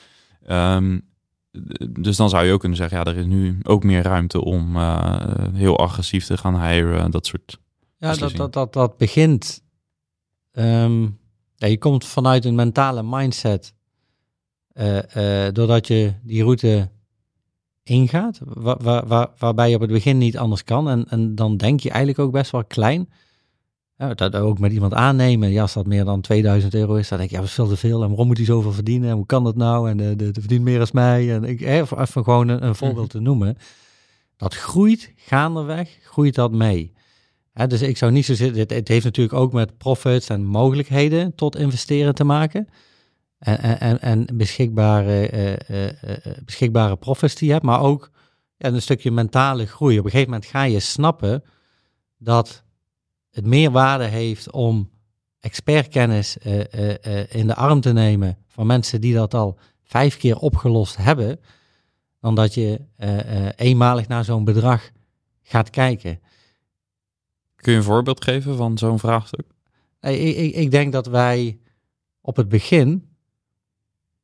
Dus dan zou je ook kunnen zeggen, er is nu ook meer ruimte om heel agressief te gaan hiren, dat soort beslissingen. Dat begint... je komt vanuit een mentale mindset, doordat je die route ingaat, waarbij je op het begin niet anders kan. En dan denk je eigenlijk ook best wel klein. Dat ook met iemand aannemen. Ja, als dat meer dan 2000 euro is, dan denk je, dat is veel te veel. En waarom moet hij zoveel verdienen? En hoe kan dat nou? En de verdient meer als mij. En even gewoon een voorbeeld te noemen. Dat groeit gaandeweg, groeit dat mee. Dus ik zou niet zo zitten. Het heeft natuurlijk ook met profits en mogelijkheden tot investeren te maken. En beschikbare profits die je hebt, maar ook een stukje mentale groei. Op een gegeven moment ga je snappen dat het meer waarde heeft om expertkennis in de arm te nemen van mensen die dat al 5 keer opgelost hebben, dan dat je eenmalig naar zo'n bedrag gaat kijken. Kun je een voorbeeld geven van zo'n vraagstuk? Ik denk dat wij op het begin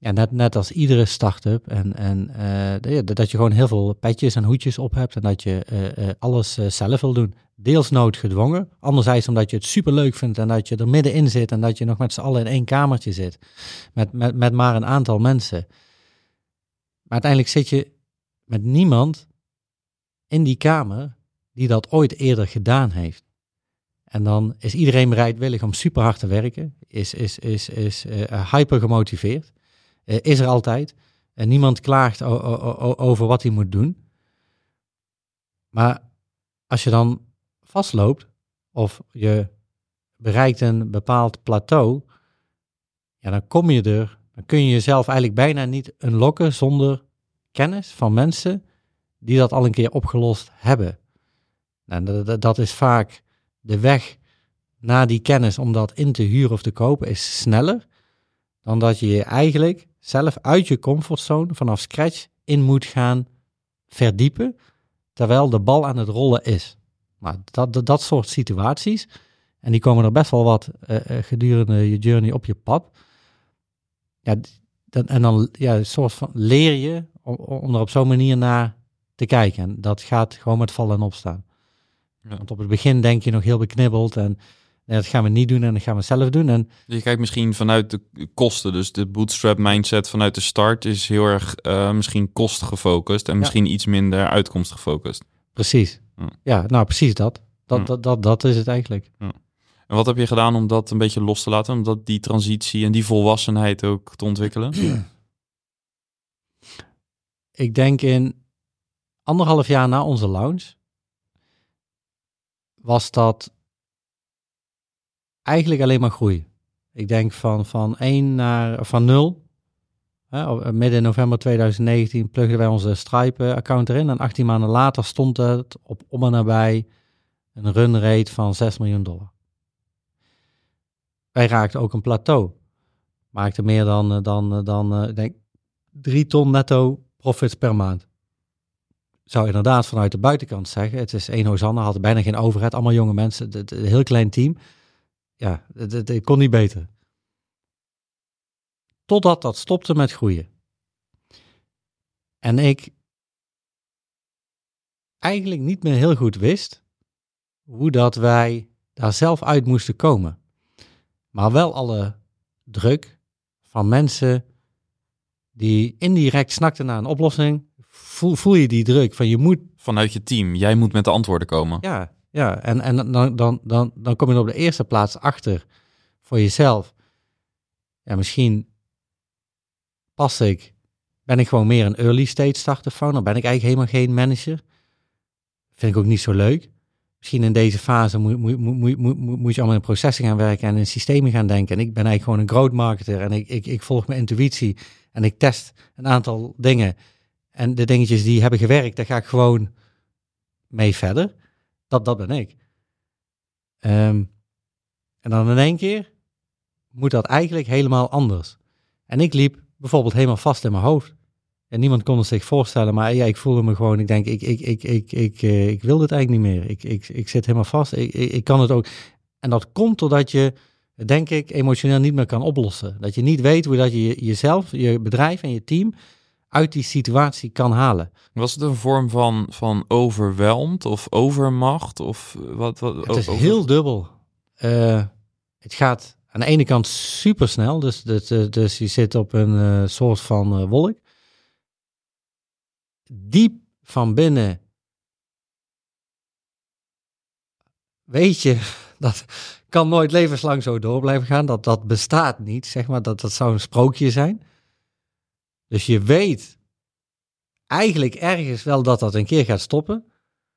ja, net als iedere start-up. Dat je gewoon heel veel petjes en hoedjes op hebt. En dat je alles zelf wil doen. Deels noodgedwongen. Anderzijds omdat je het superleuk vindt en dat je er middenin zit. En dat je nog met z'n allen in één kamertje zit. Met maar een aantal mensen. Maar uiteindelijk zit je met niemand in die kamer die dat ooit eerder gedaan heeft. En dan is iedereen bereidwillig om super hard te werken. Is hyper gemotiveerd. Is er altijd. En niemand klaagt over wat hij moet doen. Maar als je dan vastloopt of je bereikt een bepaald plateau, ja, dan kom je er. Dan kun je jezelf eigenlijk bijna niet unlocken zonder kennis van mensen die dat al een keer opgelost hebben. Nou, dat is vaak de weg naar die kennis om dat in te huren of te kopen is sneller dan dat je je eigenlijk zelf uit je comfortzone vanaf scratch in moet gaan verdiepen, terwijl de bal aan het rollen is. Nou, dat soort situaties, en die komen er best wel wat gedurende je journey op je pad. Ja, dan een soort van leer je om er op zo'n manier naar te kijken. En dat gaat gewoon met vallen en opstaan. Ja. Want op het begin denk je nog heel beknibbeld en dat gaan we niet doen en dat gaan we zelf doen. En je kijkt misschien vanuit de kosten. Dus de bootstrap mindset vanuit de start is heel erg misschien kostgefocust en misschien iets minder uitkomstgefocust. Precies. Ja, nou precies dat. Dat is het eigenlijk. Ja. En wat heb je gedaan om dat een beetje los te laten? Om dat die transitie en die volwassenheid ook te ontwikkelen? Ik denk in 1,5 jaar na onze launch was dat eigenlijk alleen maar groei. Ik denk van 0. Midden in november 2019 plugden wij onze Stripe-account erin. En 18 maanden later stond het op om en nabij een run rate van $6 miljoen. Wij raakten ook een plateau. Maakten meer dan ik denk 3 ton netto profits per maand. Zou inderdaad vanuit de buitenkant zeggen, het is 1 Hosanna, had bijna geen overhead, allemaal jonge mensen, een heel klein team. Ja, het kon niet beter. Totdat dat stopte met groeien. En ik eigenlijk niet meer heel goed wist hoe dat wij daar zelf uit moesten komen. Maar wel alle druk van mensen die indirect snakten naar een oplossing. Voel je die druk van je moet... Vanuit je team, jij moet met de antwoorden komen. Ja. En dan kom je op de eerste plaats achter voor jezelf. Ja, misschien ben ik gewoon meer een early stage starter van. Dan ben ik eigenlijk helemaal geen manager. Vind ik ook niet zo leuk. Misschien in deze fase moet je allemaal in processen gaan werken en in systemen gaan denken. En ik ben eigenlijk gewoon een growth marketer en ik volg mijn intuïtie en ik test een aantal dingen. En de dingetjes die hebben gewerkt, daar ga ik gewoon mee verder. Dat ben ik. En dan in één keer moet dat eigenlijk helemaal anders. En ik liep bijvoorbeeld helemaal vast in mijn hoofd. En niemand kon het zich voorstellen, maar ja, ik voelde me gewoon, ik denk, ik wil dit eigenlijk niet meer. Ik zit helemaal vast, ik kan het ook. En dat komt doordat je, denk ik, emotioneel niet meer kan oplossen. Dat je niet weet hoe dat je jezelf, je bedrijf en je team uit die situatie kan halen. Was het een vorm van overweldigd of overmacht? Of wat? Het is heel dubbel. Het gaat aan de ene kant super snel, dus je zit op een soort van wolk. Diep van binnen weet je, dat kan nooit levenslang zo door blijven gaan. Dat bestaat niet, zeg maar. Dat zou een sprookje zijn. Dus je weet eigenlijk ergens wel dat een keer gaat stoppen.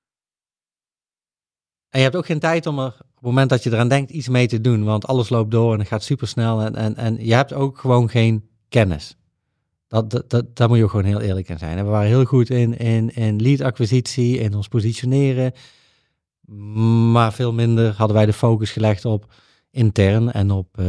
En je hebt ook geen tijd om er, op het moment dat je eraan denkt, iets mee te doen. Want alles loopt door en het gaat supersnel. En je hebt ook gewoon geen kennis. Daar moet je ook gewoon heel eerlijk in zijn. En we waren heel goed in lead-acquisitie, in ons positioneren. Maar veel minder hadden wij de focus gelegd op intern en op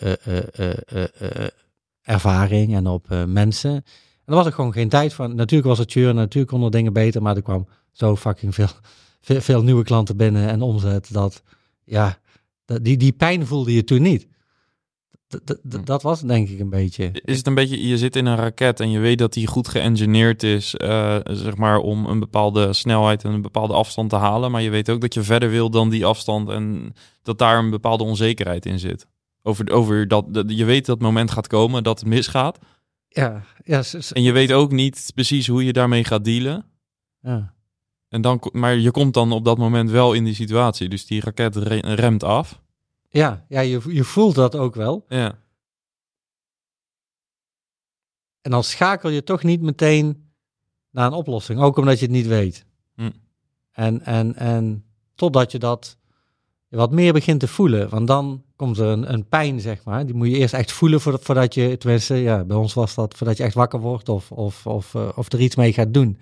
ervaring en op mensen. En daar was ook gewoon geen tijd van. Natuurlijk was het churn, natuurlijk konden dingen beter, maar er kwam zo fucking veel nieuwe klanten binnen en omzet. Die pijn voelde je toen niet. Dat was het denk ik een beetje. Is het een beetje, je zit in een raket en je weet dat die goed geëngineerd is, zeg maar, om een bepaalde snelheid en een bepaalde afstand te halen. Maar je weet ook dat je verder wil dan die afstand en dat daar een bepaalde onzekerheid in zit. Over dat, je weet dat het moment gaat komen dat het misgaat. Ja. En je weet ook niet precies hoe je daarmee gaat dealen. Ja. Maar je komt dan op dat moment wel in die situatie. Dus die raket remt af. Ja, je voelt dat ook wel. Ja. En dan schakel je toch niet meteen naar een oplossing. Ook omdat je het niet weet. En totdat je dat wat meer begint te voelen. Want dan komt er een pijn, zeg maar. Die moet je eerst echt voelen voordat je, tenminste, ja, bij ons was dat, voordat je echt wakker wordt of er iets mee gaat doen.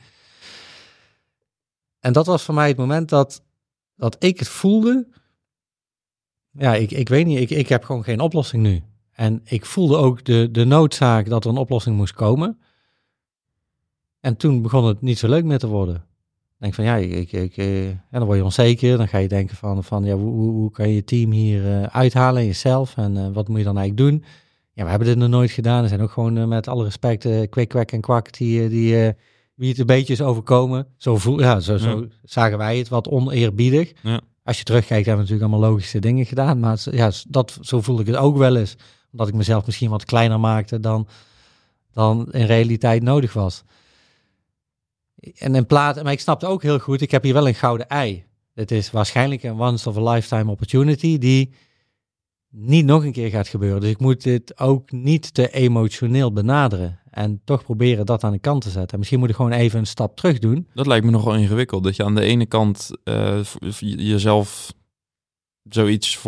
En dat was voor mij het moment dat ik het voelde. Ja, ik weet niet, ik heb gewoon geen oplossing nu. En ik voelde ook de noodzaak dat er een oplossing moest komen. En toen begon het niet zo leuk meer te worden. Ik denk van, dan word je onzeker. Dan ga je denken van ja, hoe kan je je team hier uithalen en jezelf? En wat moet je dan eigenlijk doen? Ja, we hebben dit nog nooit gedaan. Er zijn ook gewoon met alle respect kwik, kwak en kwak die het een beetje is overkomen. Zo zagen wij het, wat oneerbiedig. Ja. Als je terugkijkt, hebben we natuurlijk allemaal logische dingen gedaan. Maar ja, zo voelde ik het ook wel eens. Omdat ik mezelf misschien wat kleiner maakte dan in realiteit nodig was. Maar ik snapte ook heel goed, ik heb hier wel een gouden ei. Het is waarschijnlijk een once of a lifetime opportunity die niet nog een keer gaat gebeuren. Dus ik moet dit ook niet te emotioneel benaderen. En toch proberen dat aan de kant te zetten. En misschien moet ik gewoon even een stap terug doen. Dat lijkt me nogal ingewikkeld. Dat je aan de ene kant jezelf zoiets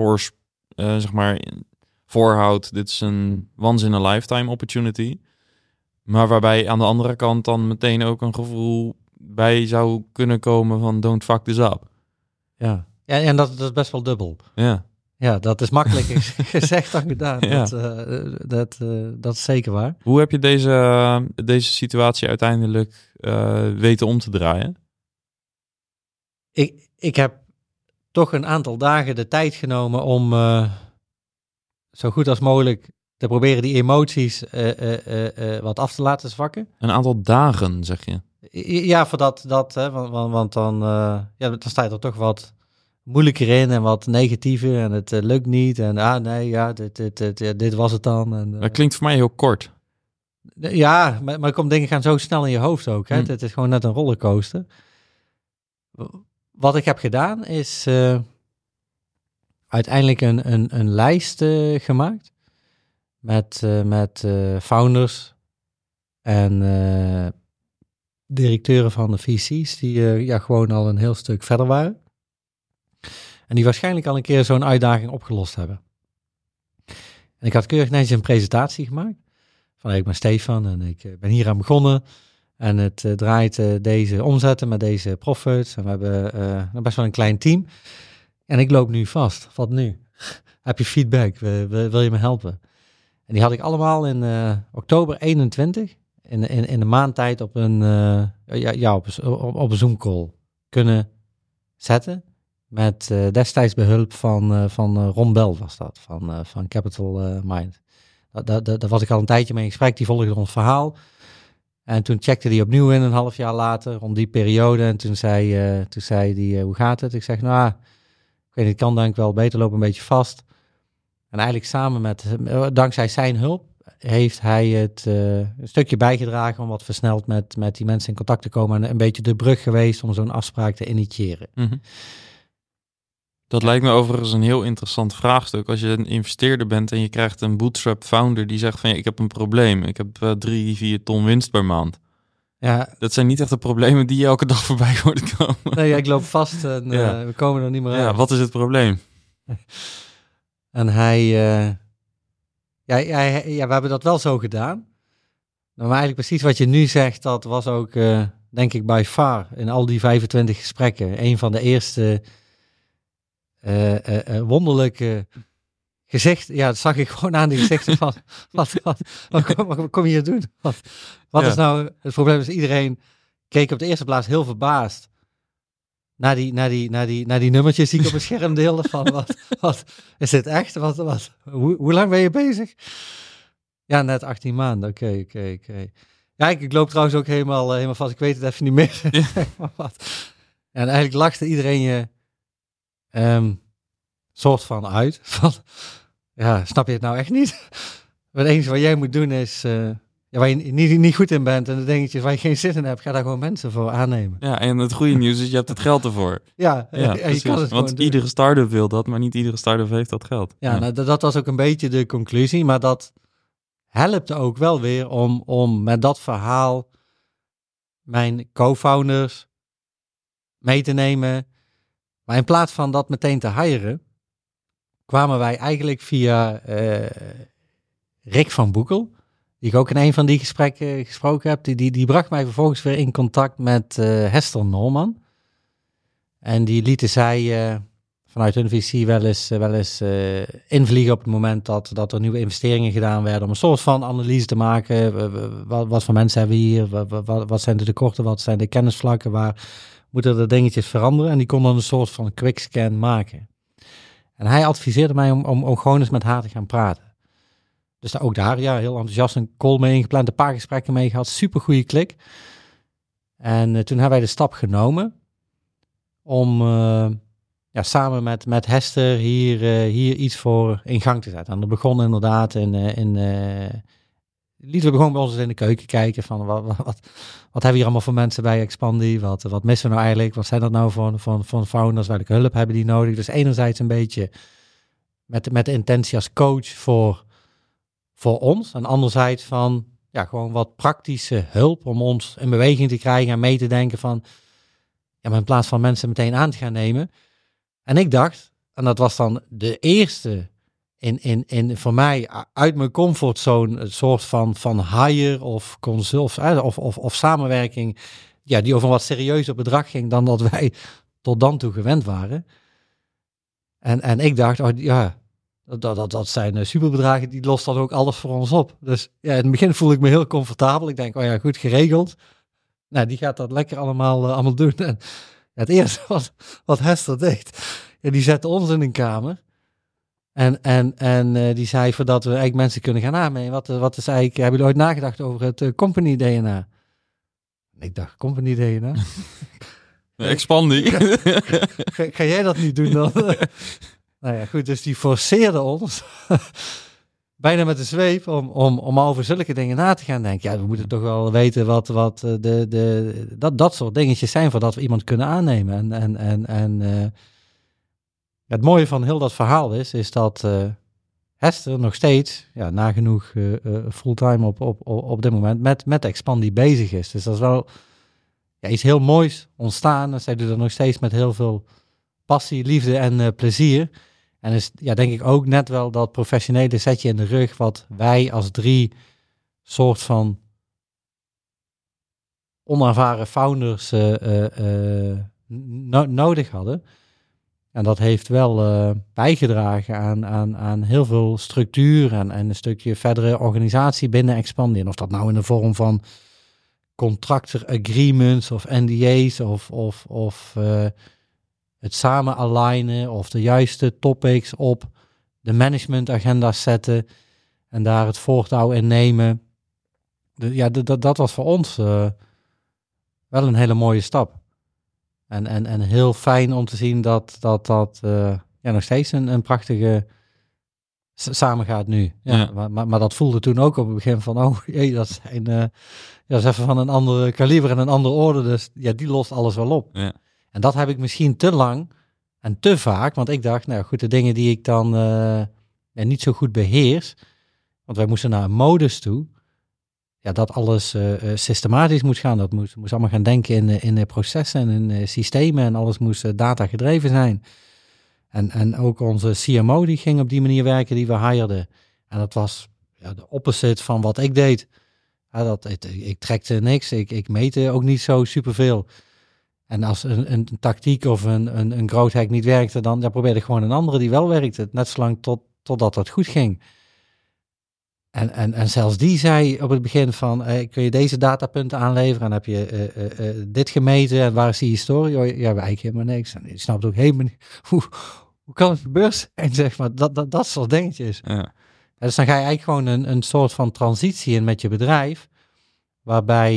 voorhoudt. Dit is een once in a lifetime opportunity. Maar waarbij aan de andere kant dan meteen ook een gevoel bij zou kunnen komen van don't fuck this up. Ja, en dat is best wel dubbel. Ja, dat is makkelijker gezegd dan gedaan. Ja. Dat is zeker waar. Hoe heb je deze situatie uiteindelijk weten om te draaien? Ik heb toch een aantal dagen de tijd genomen om zo goed als mogelijk te proberen die emoties wat af te laten zwakken. Een aantal dagen, zeg je? Ja, voor dat hè, want dan sta je er toch wat moeilijker in en wat negatiever en het lukt niet en dit was het dan. En, dat klinkt voor mij heel kort. Ja, maar dingen gaan zo snel in je hoofd ook. Hè? Het is gewoon net een rollercoaster. Wat ik heb gedaan is uiteindelijk een lijst gemaakt met founders en directeuren van de VC's die gewoon al een heel stuk verder waren. En die waarschijnlijk al een keer zo'n uitdaging opgelost hebben. En ik had keurig netjes een presentatie gemaakt. Van ik ben Stefan en ik ben hier aan begonnen. En het draait deze omzetten met deze profits. En we hebben best wel een klein team. En ik loop nu vast. Wat nu? Heb je feedback? Wil je me helpen? En die had ik allemaal in oktober 21. In een maand tijd op een Zoom call kunnen zetten. Met destijds behulp van Ron Bell was dat, van Capital Mind. Daar was ik al een tijdje mee in gesprek, die volgde ons verhaal. En toen checkte hij opnieuw in een half jaar later, rond die periode. En toen zei hij, hoe gaat het? Ik zeg, ik weet niet, het kan denk ik wel beter, loop een beetje vast. En eigenlijk samen dankzij zijn hulp, heeft hij het een stukje bijgedragen om wat versneld met die mensen in contact te komen. En een beetje de brug geweest om zo'n afspraak te initiëren. Mm-hmm. Dat lijkt me overigens een heel interessant vraagstuk. Als je een investeerder bent en je krijgt een bootstrap founder die zegt van ik heb een probleem. Ik heb 3-4 ton winst per maand. Ja. Dat zijn niet echt de problemen die elke dag voorbij worden komen. Nee, ik loop vast en we komen er niet meer uit. Ja, wat is het probleem? En we hebben dat wel zo gedaan. Maar eigenlijk precies wat je nu zegt, dat was ook denk ik by far in al die 25 gesprekken een van de eerste wonderlijke gezicht. Ja, dat zag ik gewoon aan die gezichten van wat kom je hier doen? Wat is nou het probleem? Is iedereen keek op de eerste plaats heel verbaasd. naar die nummertjes die ik op het scherm deelde. Van wat is dit echt? Hoe lang ben je bezig? Ja, net 18 maanden. Oké. Ja, ik loop trouwens ook helemaal vast. Ik weet het even niet meer. Maar wat. En eigenlijk lachte iedereen je soort van uit. Van, ja, snap je het nou echt niet? Het enige wat jij moet doen is... waar je niet goed in bent en de dingetjes waar je geen zin in hebt, ga daar gewoon mensen voor aannemen. Ja, en het goede nieuws is, je hebt het geld ervoor. Ja, je kan het want iedere start-up wil dat, maar niet iedere start-up heeft dat geld. Ja. Nou, dat was ook een beetje de conclusie, maar dat helpt ook wel weer om met dat verhaal mijn co-founders mee te nemen. Maar in plaats van dat meteen te hiren, kwamen wij eigenlijk via Rick van Boekel, die ik ook in een van die gesprekken gesproken heb, die bracht mij vervolgens weer in contact met Hester Norman. En die lieten zij vanuit hun VC wel eens invliegen op het moment dat er nieuwe investeringen gedaan werden, om een soort van analyse te maken. Wat voor mensen hebben we hier? Wat zijn de tekorten? Wat zijn de kennisvlakken? Waar moeten er dingetjes veranderen? En die kon dan een soort van quickscan maken. En hij adviseerde mij om gewoon eens met haar te gaan praten. Dus ook daar, ja, heel enthousiast een call mee ingepland, een paar gesprekken mee gehad, super goede klik. En toen hebben wij de stap genomen om samen met Hester hier iets voor in gang te zetten. En dat begon inderdaad lieten we gewoon bij ons in de keuken kijken van wat hebben we hier allemaal voor mensen bij Expandi, wat missen we nou eigenlijk, wat zijn dat nou van founders, welke hulp hebben die nodig. Dus enerzijds een beetje met de intentie als coach voor ons. En anderzijds van, ja, gewoon wat praktische hulp om ons in beweging te krijgen en mee te denken van, ja, maar in plaats van mensen meteen aan te gaan nemen. En ik dacht, en dat was dan de eerste in voor mij uit mijn comfortzone, een soort van hire of consult of samenwerking, ja, die over een wat serieuzer bedrag ging dan dat wij tot dan toe gewend waren. En ik dacht, oh ja, dat zijn superbedragen, die lost dan ook alles voor ons op. Dus ja, in het begin voelde ik me heel comfortabel. Ik denk, oh ja, goed geregeld. Nou, die gaat dat lekker allemaal doen. En het eerste wat Hester deed, ja, die zette ons in een kamer. En die zei, voordat we eigenlijk mensen kunnen gaan aannemen, wat is eigenlijk, hebben jullie ooit nagedacht over het company DNA? En ik dacht, company DNA? Expandi. Ga jij dat niet doen dan? Nou ja, goed, dus die forceerde ons bijna met de zweep om over zulke dingen na te gaan denken. Ja, we moeten toch wel weten wat dat soort dingetjes zijn voordat we iemand kunnen aannemen. En het mooie van heel dat verhaal is dat Hester nog steeds, ja, nagenoeg fulltime op dit moment met Expandi bezig is. Dus dat is wel iets heel moois ontstaan. En zij doet dat nog steeds met heel veel passie, liefde en plezier. En is, ja, denk ik ook net wel dat professionele zetje in de rug wat wij als 3 soort van onervaren founders nodig hadden. En dat heeft wel bijgedragen aan heel veel structuur en een stukje verdere organisatie binnen Expandi. En of dat nou in de vorm van contractor agreements of NDA's of het samen alignen of de juiste topics op de managementagenda's zetten en daar het voortouw in nemen. Dat was voor ons wel een hele mooie stap. En heel fijn om te zien dat nog steeds een prachtige samengaat nu. Ja. Maar dat voelde toen ook op het begin van, oh jee, dat is even van een andere kaliber en een andere orde. Dus ja, die lost alles wel op. Ja. En dat heb ik misschien te lang en te vaak, want ik dacht, nou goed, de dingen die ik dan niet zo goed beheers, want wij moesten naar een modus toe, ja, dat alles systematisch moest gaan. Dat moest allemaal gaan denken in processen en in systemen en alles moest data gedreven zijn. En ook onze CMO die ging op die manier werken die we hireden. En dat was de opposite van wat ik deed. Ja, ik trekte niks, ik meette ook niet zo superveel. En als een tactiek of een growth hack niet werkte, dan probeerde ik gewoon een andere die wel werkte. Net zolang totdat het goed ging. En zelfs die zei op het begin van, kun je deze datapunten aanleveren en heb je dit gemeten en waar is die historie? Oh, ja, we eigenlijk helemaal niks. En je snapt ook helemaal niet, hoe kan het gebeuren? En zeg maar, dat soort dingetjes. Ja. En dus dan ga je eigenlijk gewoon een soort van transitie in met je bedrijf, waarbij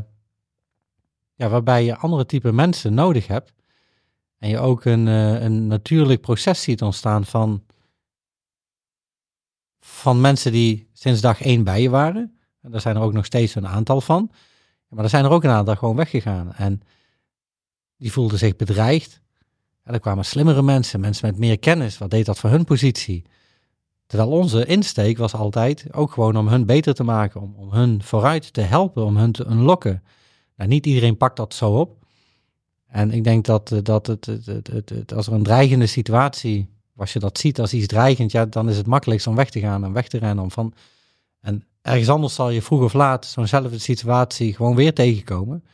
je andere type mensen nodig hebt. En je ook een natuurlijk proces ziet ontstaan van mensen die sinds dag 1 bij je waren. En daar zijn er ook nog steeds een aantal van. Maar er zijn er ook een aantal gewoon weggegaan. En die voelden zich bedreigd. En er kwamen slimmere mensen met meer kennis. Wat deed dat voor hun positie? Terwijl onze insteek was altijd ook gewoon om hun beter te maken. Om hun vooruit te helpen, om hun te unlocken. Nou, niet iedereen pakt dat zo op. En ik denk dat als er een dreigende situatie, als je dat ziet als iets dreigend, ja, dan is het makkelijkst om weg te gaan en weg te rennen. En ergens anders zal je vroeg of laat zo'nzelfde situatie gewoon weer tegenkomen.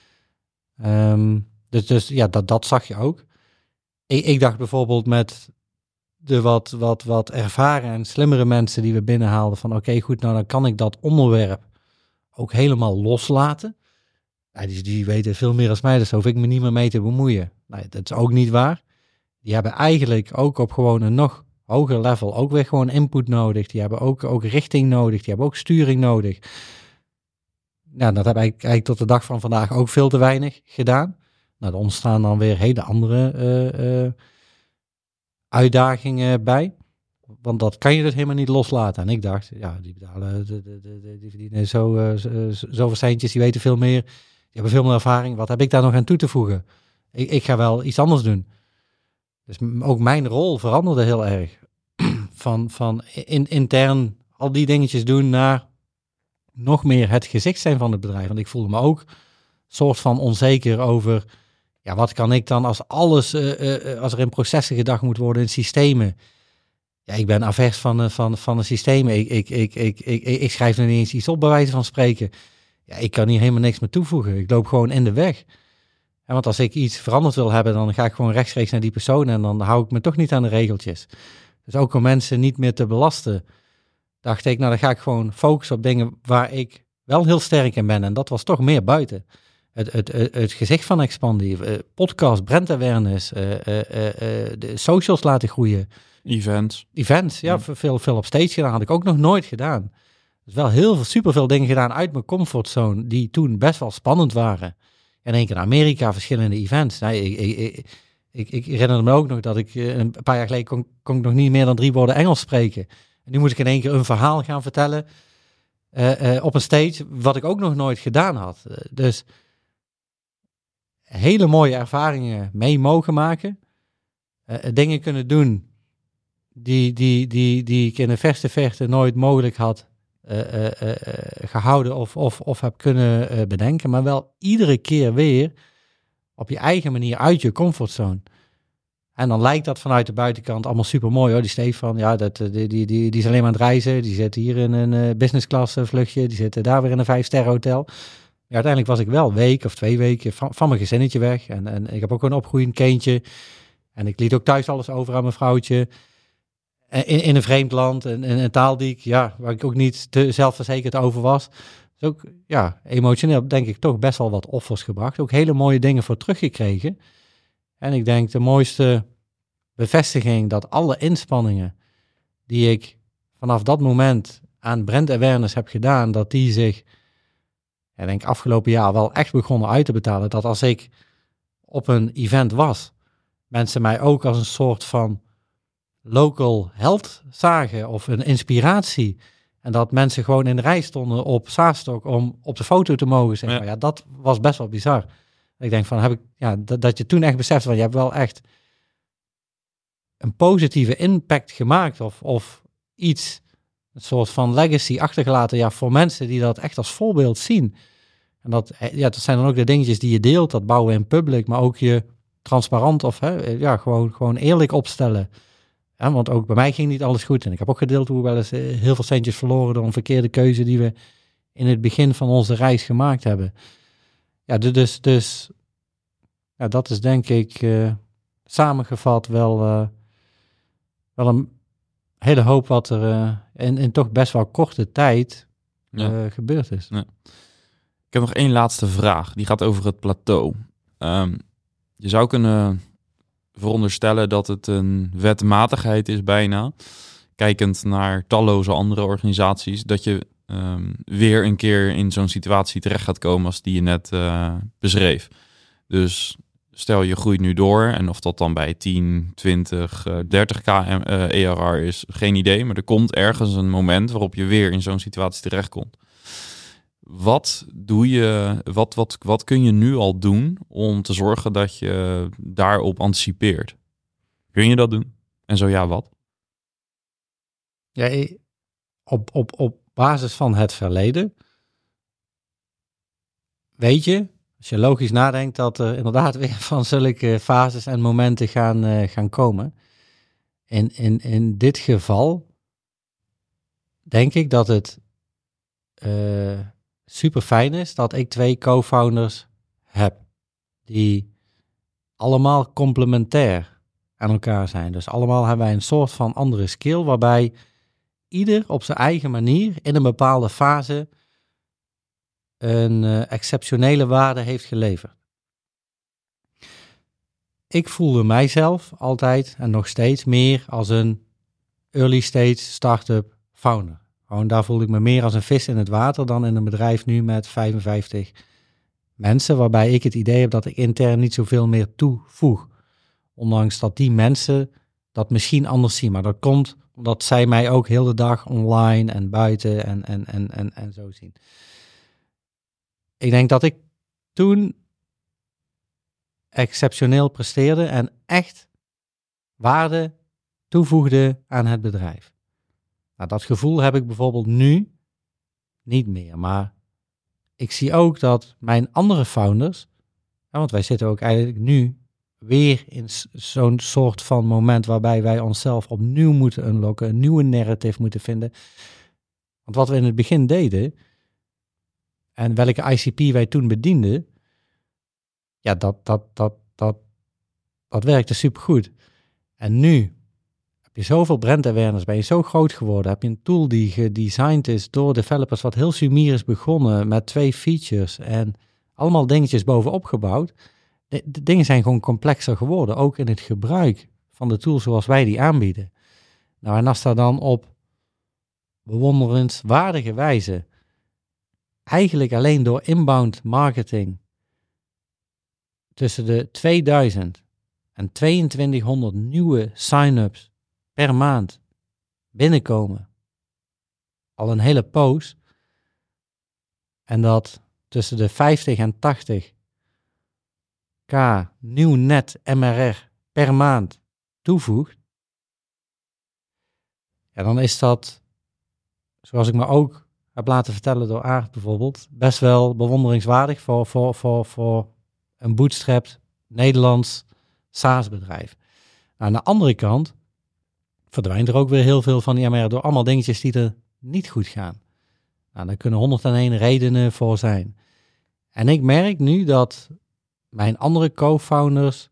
Dus ja, dat zag je ook. Ik dacht bijvoorbeeld met de wat ervaren en slimmere mensen die we binnenhaalden van oké, goed, nou dan kan ik dat onderwerp ook helemaal loslaten. Ja, die weten veel meer als mij, dus daar hoef ik me niet meer mee te bemoeien. Nee, dat is ook niet waar. Die hebben eigenlijk ook op gewoon een nog hoger level ook weer gewoon input nodig. Die hebben ook richting nodig. Die hebben ook sturing nodig. Nou, dat heb ik eigenlijk tot de dag van vandaag ook veel te weinig gedaan. Nou, er ontstaan dan weer hele andere uitdagingen bij. Want dat kan je dus helemaal niet loslaten. En ik dacht, ja, die betalen, die verdienen zoveel centjes, die weten veel meer. Die hebben veel meer ervaring. Wat heb ik daar nog aan toe te voegen? Ik ga wel iets anders doen. Dus ook mijn rol veranderde heel erg. Van intern al die dingetjes doen naar nog meer het gezicht zijn van het bedrijf. Want ik voelde me ook soort van onzeker over, ja, wat kan ik dan als alles, als er in processen gedacht moet worden, in systemen. Ja, ik ben avers van de systemen. Ik schrijf er niet eens iets op, bij wijze van spreken. Ja, ik kan hier helemaal niks meer toevoegen. Ik loop gewoon in de weg. En want als ik iets veranderd wil hebben, dan ga ik gewoon rechtstreeks naar die persoon en dan hou ik me toch niet aan de regeltjes. Dus ook om mensen niet meer te belasten, dacht ik, nou dan ga ik gewoon focussen op dingen waar ik wel heel sterk in ben. En dat was toch meer buiten. Het gezicht van Expandi, podcast, brand awareness, de socials laten groeien. Events, ja, veel op stage gedaan, had ik ook nog nooit gedaan. Dus wel superveel dingen gedaan uit mijn comfortzone, die toen best wel spannend waren. In één keer naar Amerika, verschillende events. Nee, ik herinner me ook nog dat ik een paar jaar geleden kon ik nog niet meer dan 3 woorden Engels spreken. En nu moest ik in één keer een verhaal gaan vertellen op een stage, wat ik ook nog nooit gedaan had. Dus hele mooie ervaringen mee mogen maken. Dingen kunnen doen die ik in de verste verte nooit mogelijk had gehouden of heb kunnen bedenken, maar wel iedere keer weer op je eigen manier uit je comfortzone. En dan lijkt dat vanuit de buitenkant allemaal super mooi hoor. Die Stefan, ja, die is alleen maar aan het reizen. Die zit hier in een business class vluchtje. Die zit daar weer in een 5-ster hotel. Ja, uiteindelijk was ik wel een week of 2 weken van mijn gezinnetje weg. En ik heb ook een opgroeiend kindje. En ik liet ook thuis alles over aan mijn vrouwtje. In een vreemd land, in een taal waar ik ook niet te zelfverzekerd over was. Dus ook, ja, emotioneel denk ik toch best wel wat offers gebracht. Ook hele mooie dingen voor teruggekregen. En ik denk de mooiste bevestiging dat alle inspanningen die ik vanaf dat moment aan brand awareness heb gedaan, dat die zich, ik denk afgelopen jaar wel echt begonnen uit te betalen. Dat als ik op een event was, mensen mij ook als een soort van local held zagen of een inspiratie. En dat mensen gewoon in de rij stonden op Zaastok om op de foto te mogen. Zeg maar. Ja, dat was best wel bizar. Ik denk van, dat je toen echt beseft van, je hebt wel echt een positieve impact gemaakt of iets, een soort van legacy achtergelaten, ja, voor mensen die dat echt als voorbeeld zien. En dat zijn dan ook de dingetjes die je deelt, dat bouwen in public, maar ook je transparant of gewoon eerlijk opstellen. Ja, want ook bij mij ging niet alles goed. En ik heb ook gedeeld hoe we wel eens heel veel centjes verloren door een verkeerde keuze die we in het begin van onze reis gemaakt hebben. Ja, dus dat is denk ik samengevat wel een hele hoop wat er in toch best wel korte tijd gebeurd is. Ja. Ik heb nog één laatste vraag. Die gaat over het plateau. Je zou kunnen veronderstellen dat het een wetmatigheid is bijna, kijkend naar talloze andere organisaties, dat je weer een keer in zo'n situatie terecht gaat komen als die je net beschreef. Dus stel je groeit nu door en of dat dan bij 10, 20, 30k ERR is, geen idee. Maar er komt ergens een moment waarop je weer in zo'n situatie terechtkomt. Wat doe je, wat kun je nu al doen om te zorgen dat je daarop anticipeert? Kun je dat doen? En zo ja, wat? Ja, op basis van het verleden weet je, als je logisch nadenkt, dat er inderdaad weer van zulke fases en momenten gaan komen. In dit geval denk ik dat het super fijn is dat ik 2 co-founders heb die allemaal complementair aan elkaar zijn. Dus allemaal hebben wij een soort van andere skill waarbij ieder op zijn eigen manier in een bepaalde fase een exceptionele waarde heeft geleverd. Ik voelde mijzelf altijd en nog steeds meer als een early stage start-up founder. Gewoon daar voelde ik me meer als een vis in het water dan in een bedrijf nu met 55 mensen, waarbij ik het idee heb dat ik intern niet zoveel meer toevoeg. Ondanks dat die mensen dat misschien anders zien, maar dat komt omdat zij mij ook heel de dag online en buiten en zo zien. Ik denk dat ik toen exceptioneel presteerde en echt waarde toevoegde aan het bedrijf. Nou, dat gevoel heb ik bijvoorbeeld nu niet meer, maar ik zie ook dat mijn andere founders, want wij zitten ook eigenlijk nu weer in zo'n soort van moment waarbij wij onszelf opnieuw moeten unlocken, een nieuwe narrative moeten vinden. Want wat we in het begin deden en welke ICP wij toen bedienden, ja, dat werkte supergoed. En nu heb je zoveel brand awareness, ben je zo groot geworden, heb je een tool die gedesigned is door developers, wat heel sumier is begonnen met 2 features en allemaal dingetjes bovenop gebouwd. De dingen zijn gewoon complexer geworden, ook in het gebruik van de tools zoals wij die aanbieden. Nou, en als daar dan op bewonderenswaardige wijze eigenlijk alleen door inbound marketing tussen de 2000 en 2200 nieuwe sign-ups per maand binnenkomen, al een hele poos, en dat tussen de 50 en 80k nieuw net MRR per maand toevoegt, ja, dan is dat, zoals ik me ook heb laten vertellen door Aart bijvoorbeeld, best wel bewonderingswaardig voor een bootstrapped Nederlands SaaS-bedrijf. Nou, aan de andere kant verdwijnt er ook weer heel veel van die MRR door allemaal dingetjes die er niet goed gaan. Nou, daar kunnen 101 redenen voor zijn. En ik merk nu dat mijn andere co-founders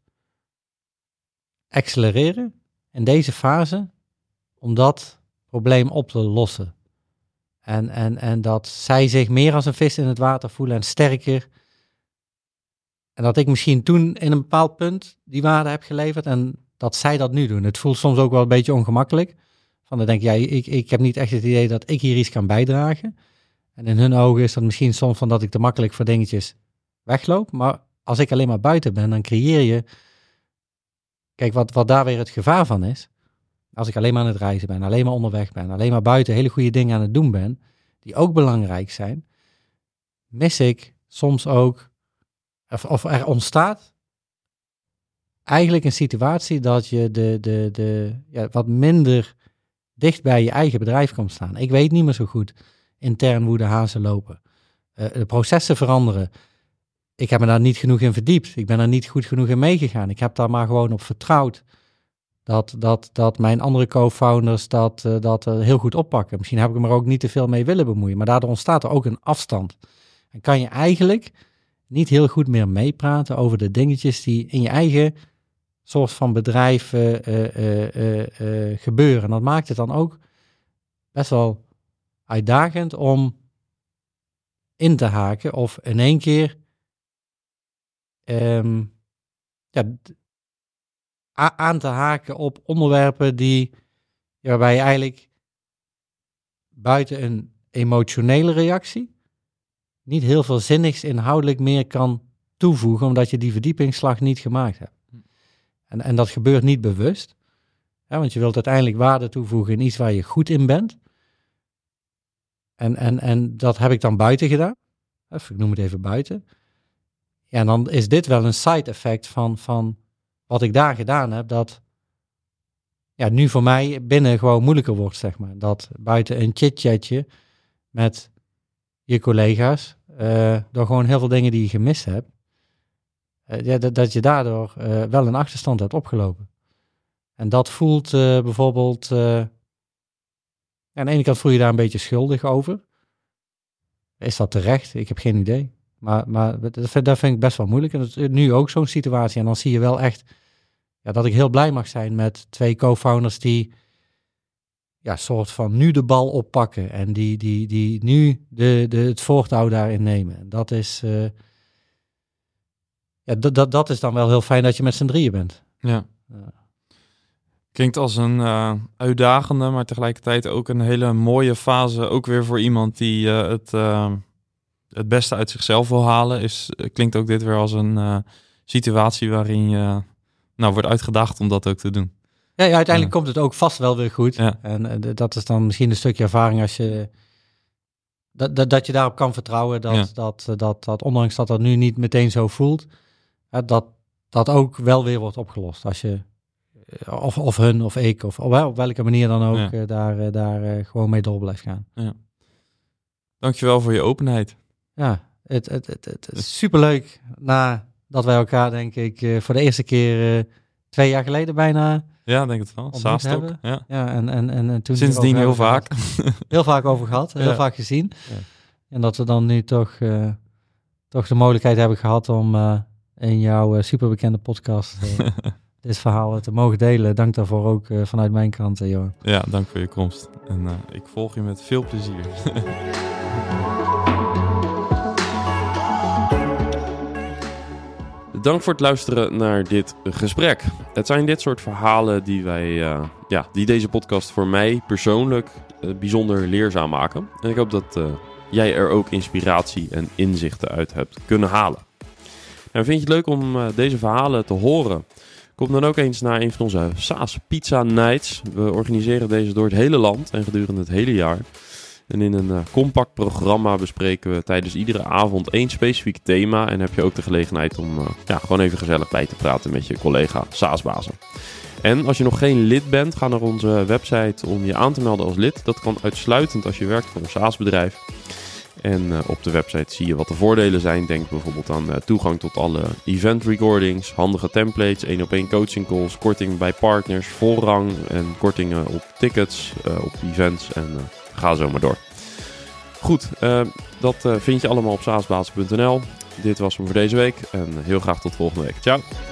accelereren in deze fase om dat probleem op te lossen. En dat zij zich meer als een vis in het water voelen en sterker. En dat ik misschien toen in een bepaald punt die waarde heb geleverd en dat zij dat nu doen. Het voelt soms ook wel een beetje ongemakkelijk. Van dan denk je, ik heb niet echt het idee dat ik hier iets kan bijdragen. En in hun ogen is dat misschien soms van dat ik te makkelijk voor dingetjes wegloop. Maar als ik alleen maar buiten ben, dan creëer je... Kijk, wat daar weer het gevaar van is. Als ik alleen maar aan het reizen ben, alleen maar onderweg ben, alleen maar buiten hele goede dingen aan het doen ben, die ook belangrijk zijn, mis ik soms ook, of er ontstaat eigenlijk een situatie dat je wat minder dicht bij je eigen bedrijf komt staan. Ik weet niet meer zo goed intern hoe de hazen lopen. De processen veranderen. Ik heb me daar niet genoeg in verdiept. Ik ben er niet goed genoeg in meegegaan. Ik heb daar maar gewoon op vertrouwd dat mijn andere co-founders dat heel goed oppakken. Misschien heb ik me er ook niet te veel mee willen bemoeien, maar daardoor ontstaat er ook een afstand. En kan je eigenlijk niet heel goed meer meepraten over de dingetjes die in je eigen soort van bedrijf gebeuren. En dat maakt het dan ook best wel uitdagend om in te haken of in één keer aan te haken op onderwerpen waarbij je eigenlijk buiten een emotionele reactie niet heel veel zinnigs inhoudelijk meer kan toevoegen, omdat je die verdiepingsslag niet gemaakt hebt. En dat gebeurt niet bewust, want je wilt uiteindelijk waarde toevoegen in iets waar je goed in bent. En dat heb ik dan buiten gedaan. Ik noem het even buiten. Ja, en dan is dit wel een side effect van wat ik daar gedaan heb, dat nu voor mij binnen gewoon moeilijker wordt, zeg maar. Dat buiten een chit-chatje met je collega's, door gewoon heel veel dingen die je gemist hebt, dat je daardoor wel een achterstand hebt opgelopen. En dat voelt bijvoorbeeld, aan de ene kant voel je daar een beetje schuldig over. Is dat terecht? Ik heb geen idee. Maar dat vind ik best wel moeilijk. En dat is nu ook zo'n situatie. En dan zie je wel echt dat ik heel blij mag zijn met 2 co-founders die soort van nu de bal oppakken. En die nu het voortouw daarin nemen. En dat is, dat is dan wel heel fijn dat je met z'n drieën bent. Ja. Klinkt als een uitdagende, maar tegelijkertijd ook een hele mooie fase. Ook weer voor iemand die het beste uit zichzelf wil halen. Klinkt ook dit weer als een situatie waarin je wordt uitgedaagd om dat ook te doen. Ja, uiteindelijk komt het ook vast wel weer goed. Ja. En dat is dan misschien een stukje ervaring als je dat je daarop kan vertrouwen. Dat ondanks dat nu niet meteen zo voelt, dat ook wel weer wordt opgelost. Als je of hun of ik of op welke manier dan ook daar gewoon mee door blijft gaan. Ja. Dankjewel voor je openheid. Ja, het is superleuk nadat wij elkaar, denk ik, voor de eerste keer 2 jaar geleden bijna. Ja, denk het wel. Saast ook. Ja. En toen sindsdien heel vaak. Heel vaak over gehad, heel vaak gezien. Ja. En dat we dan nu toch de mogelijkheid hebben gehad om in jouw superbekende podcast dit verhaal te mogen delen. Dank daarvoor ook vanuit mijn kant, Johan. Ja, dank voor je komst. En ik volg je met veel plezier. Dank voor het luisteren naar dit gesprek. Het zijn dit soort verhalen die deze podcast voor mij persoonlijk bijzonder leerzaam maken. En ik hoop dat jij er ook inspiratie en inzichten uit hebt kunnen halen. En vind je het leuk om deze verhalen te horen? Kom dan ook eens naar een van onze Saas Pizza Nights. We organiseren deze door het hele land en gedurende het hele jaar. En in een compact programma bespreken we tijdens iedere avond 1 specifiek thema. En heb je ook de gelegenheid om gewoon even gezellig bij te praten met je collega Saasbazen. En als je nog geen lid bent, ga naar onze website om je aan te melden als lid. Dat kan uitsluitend als je werkt voor een SaaS-bedrijf. En op de website zie je wat de voordelen zijn. Denk bijvoorbeeld aan toegang tot alle event recordings, handige templates, 1-op-1 coaching calls, korting bij partners, voorrang en kortingen op tickets, op events en ga zo maar door. Goed, dat vind je allemaal op saasbazen.nl. Dit was hem voor deze week en heel graag tot volgende week. Ciao!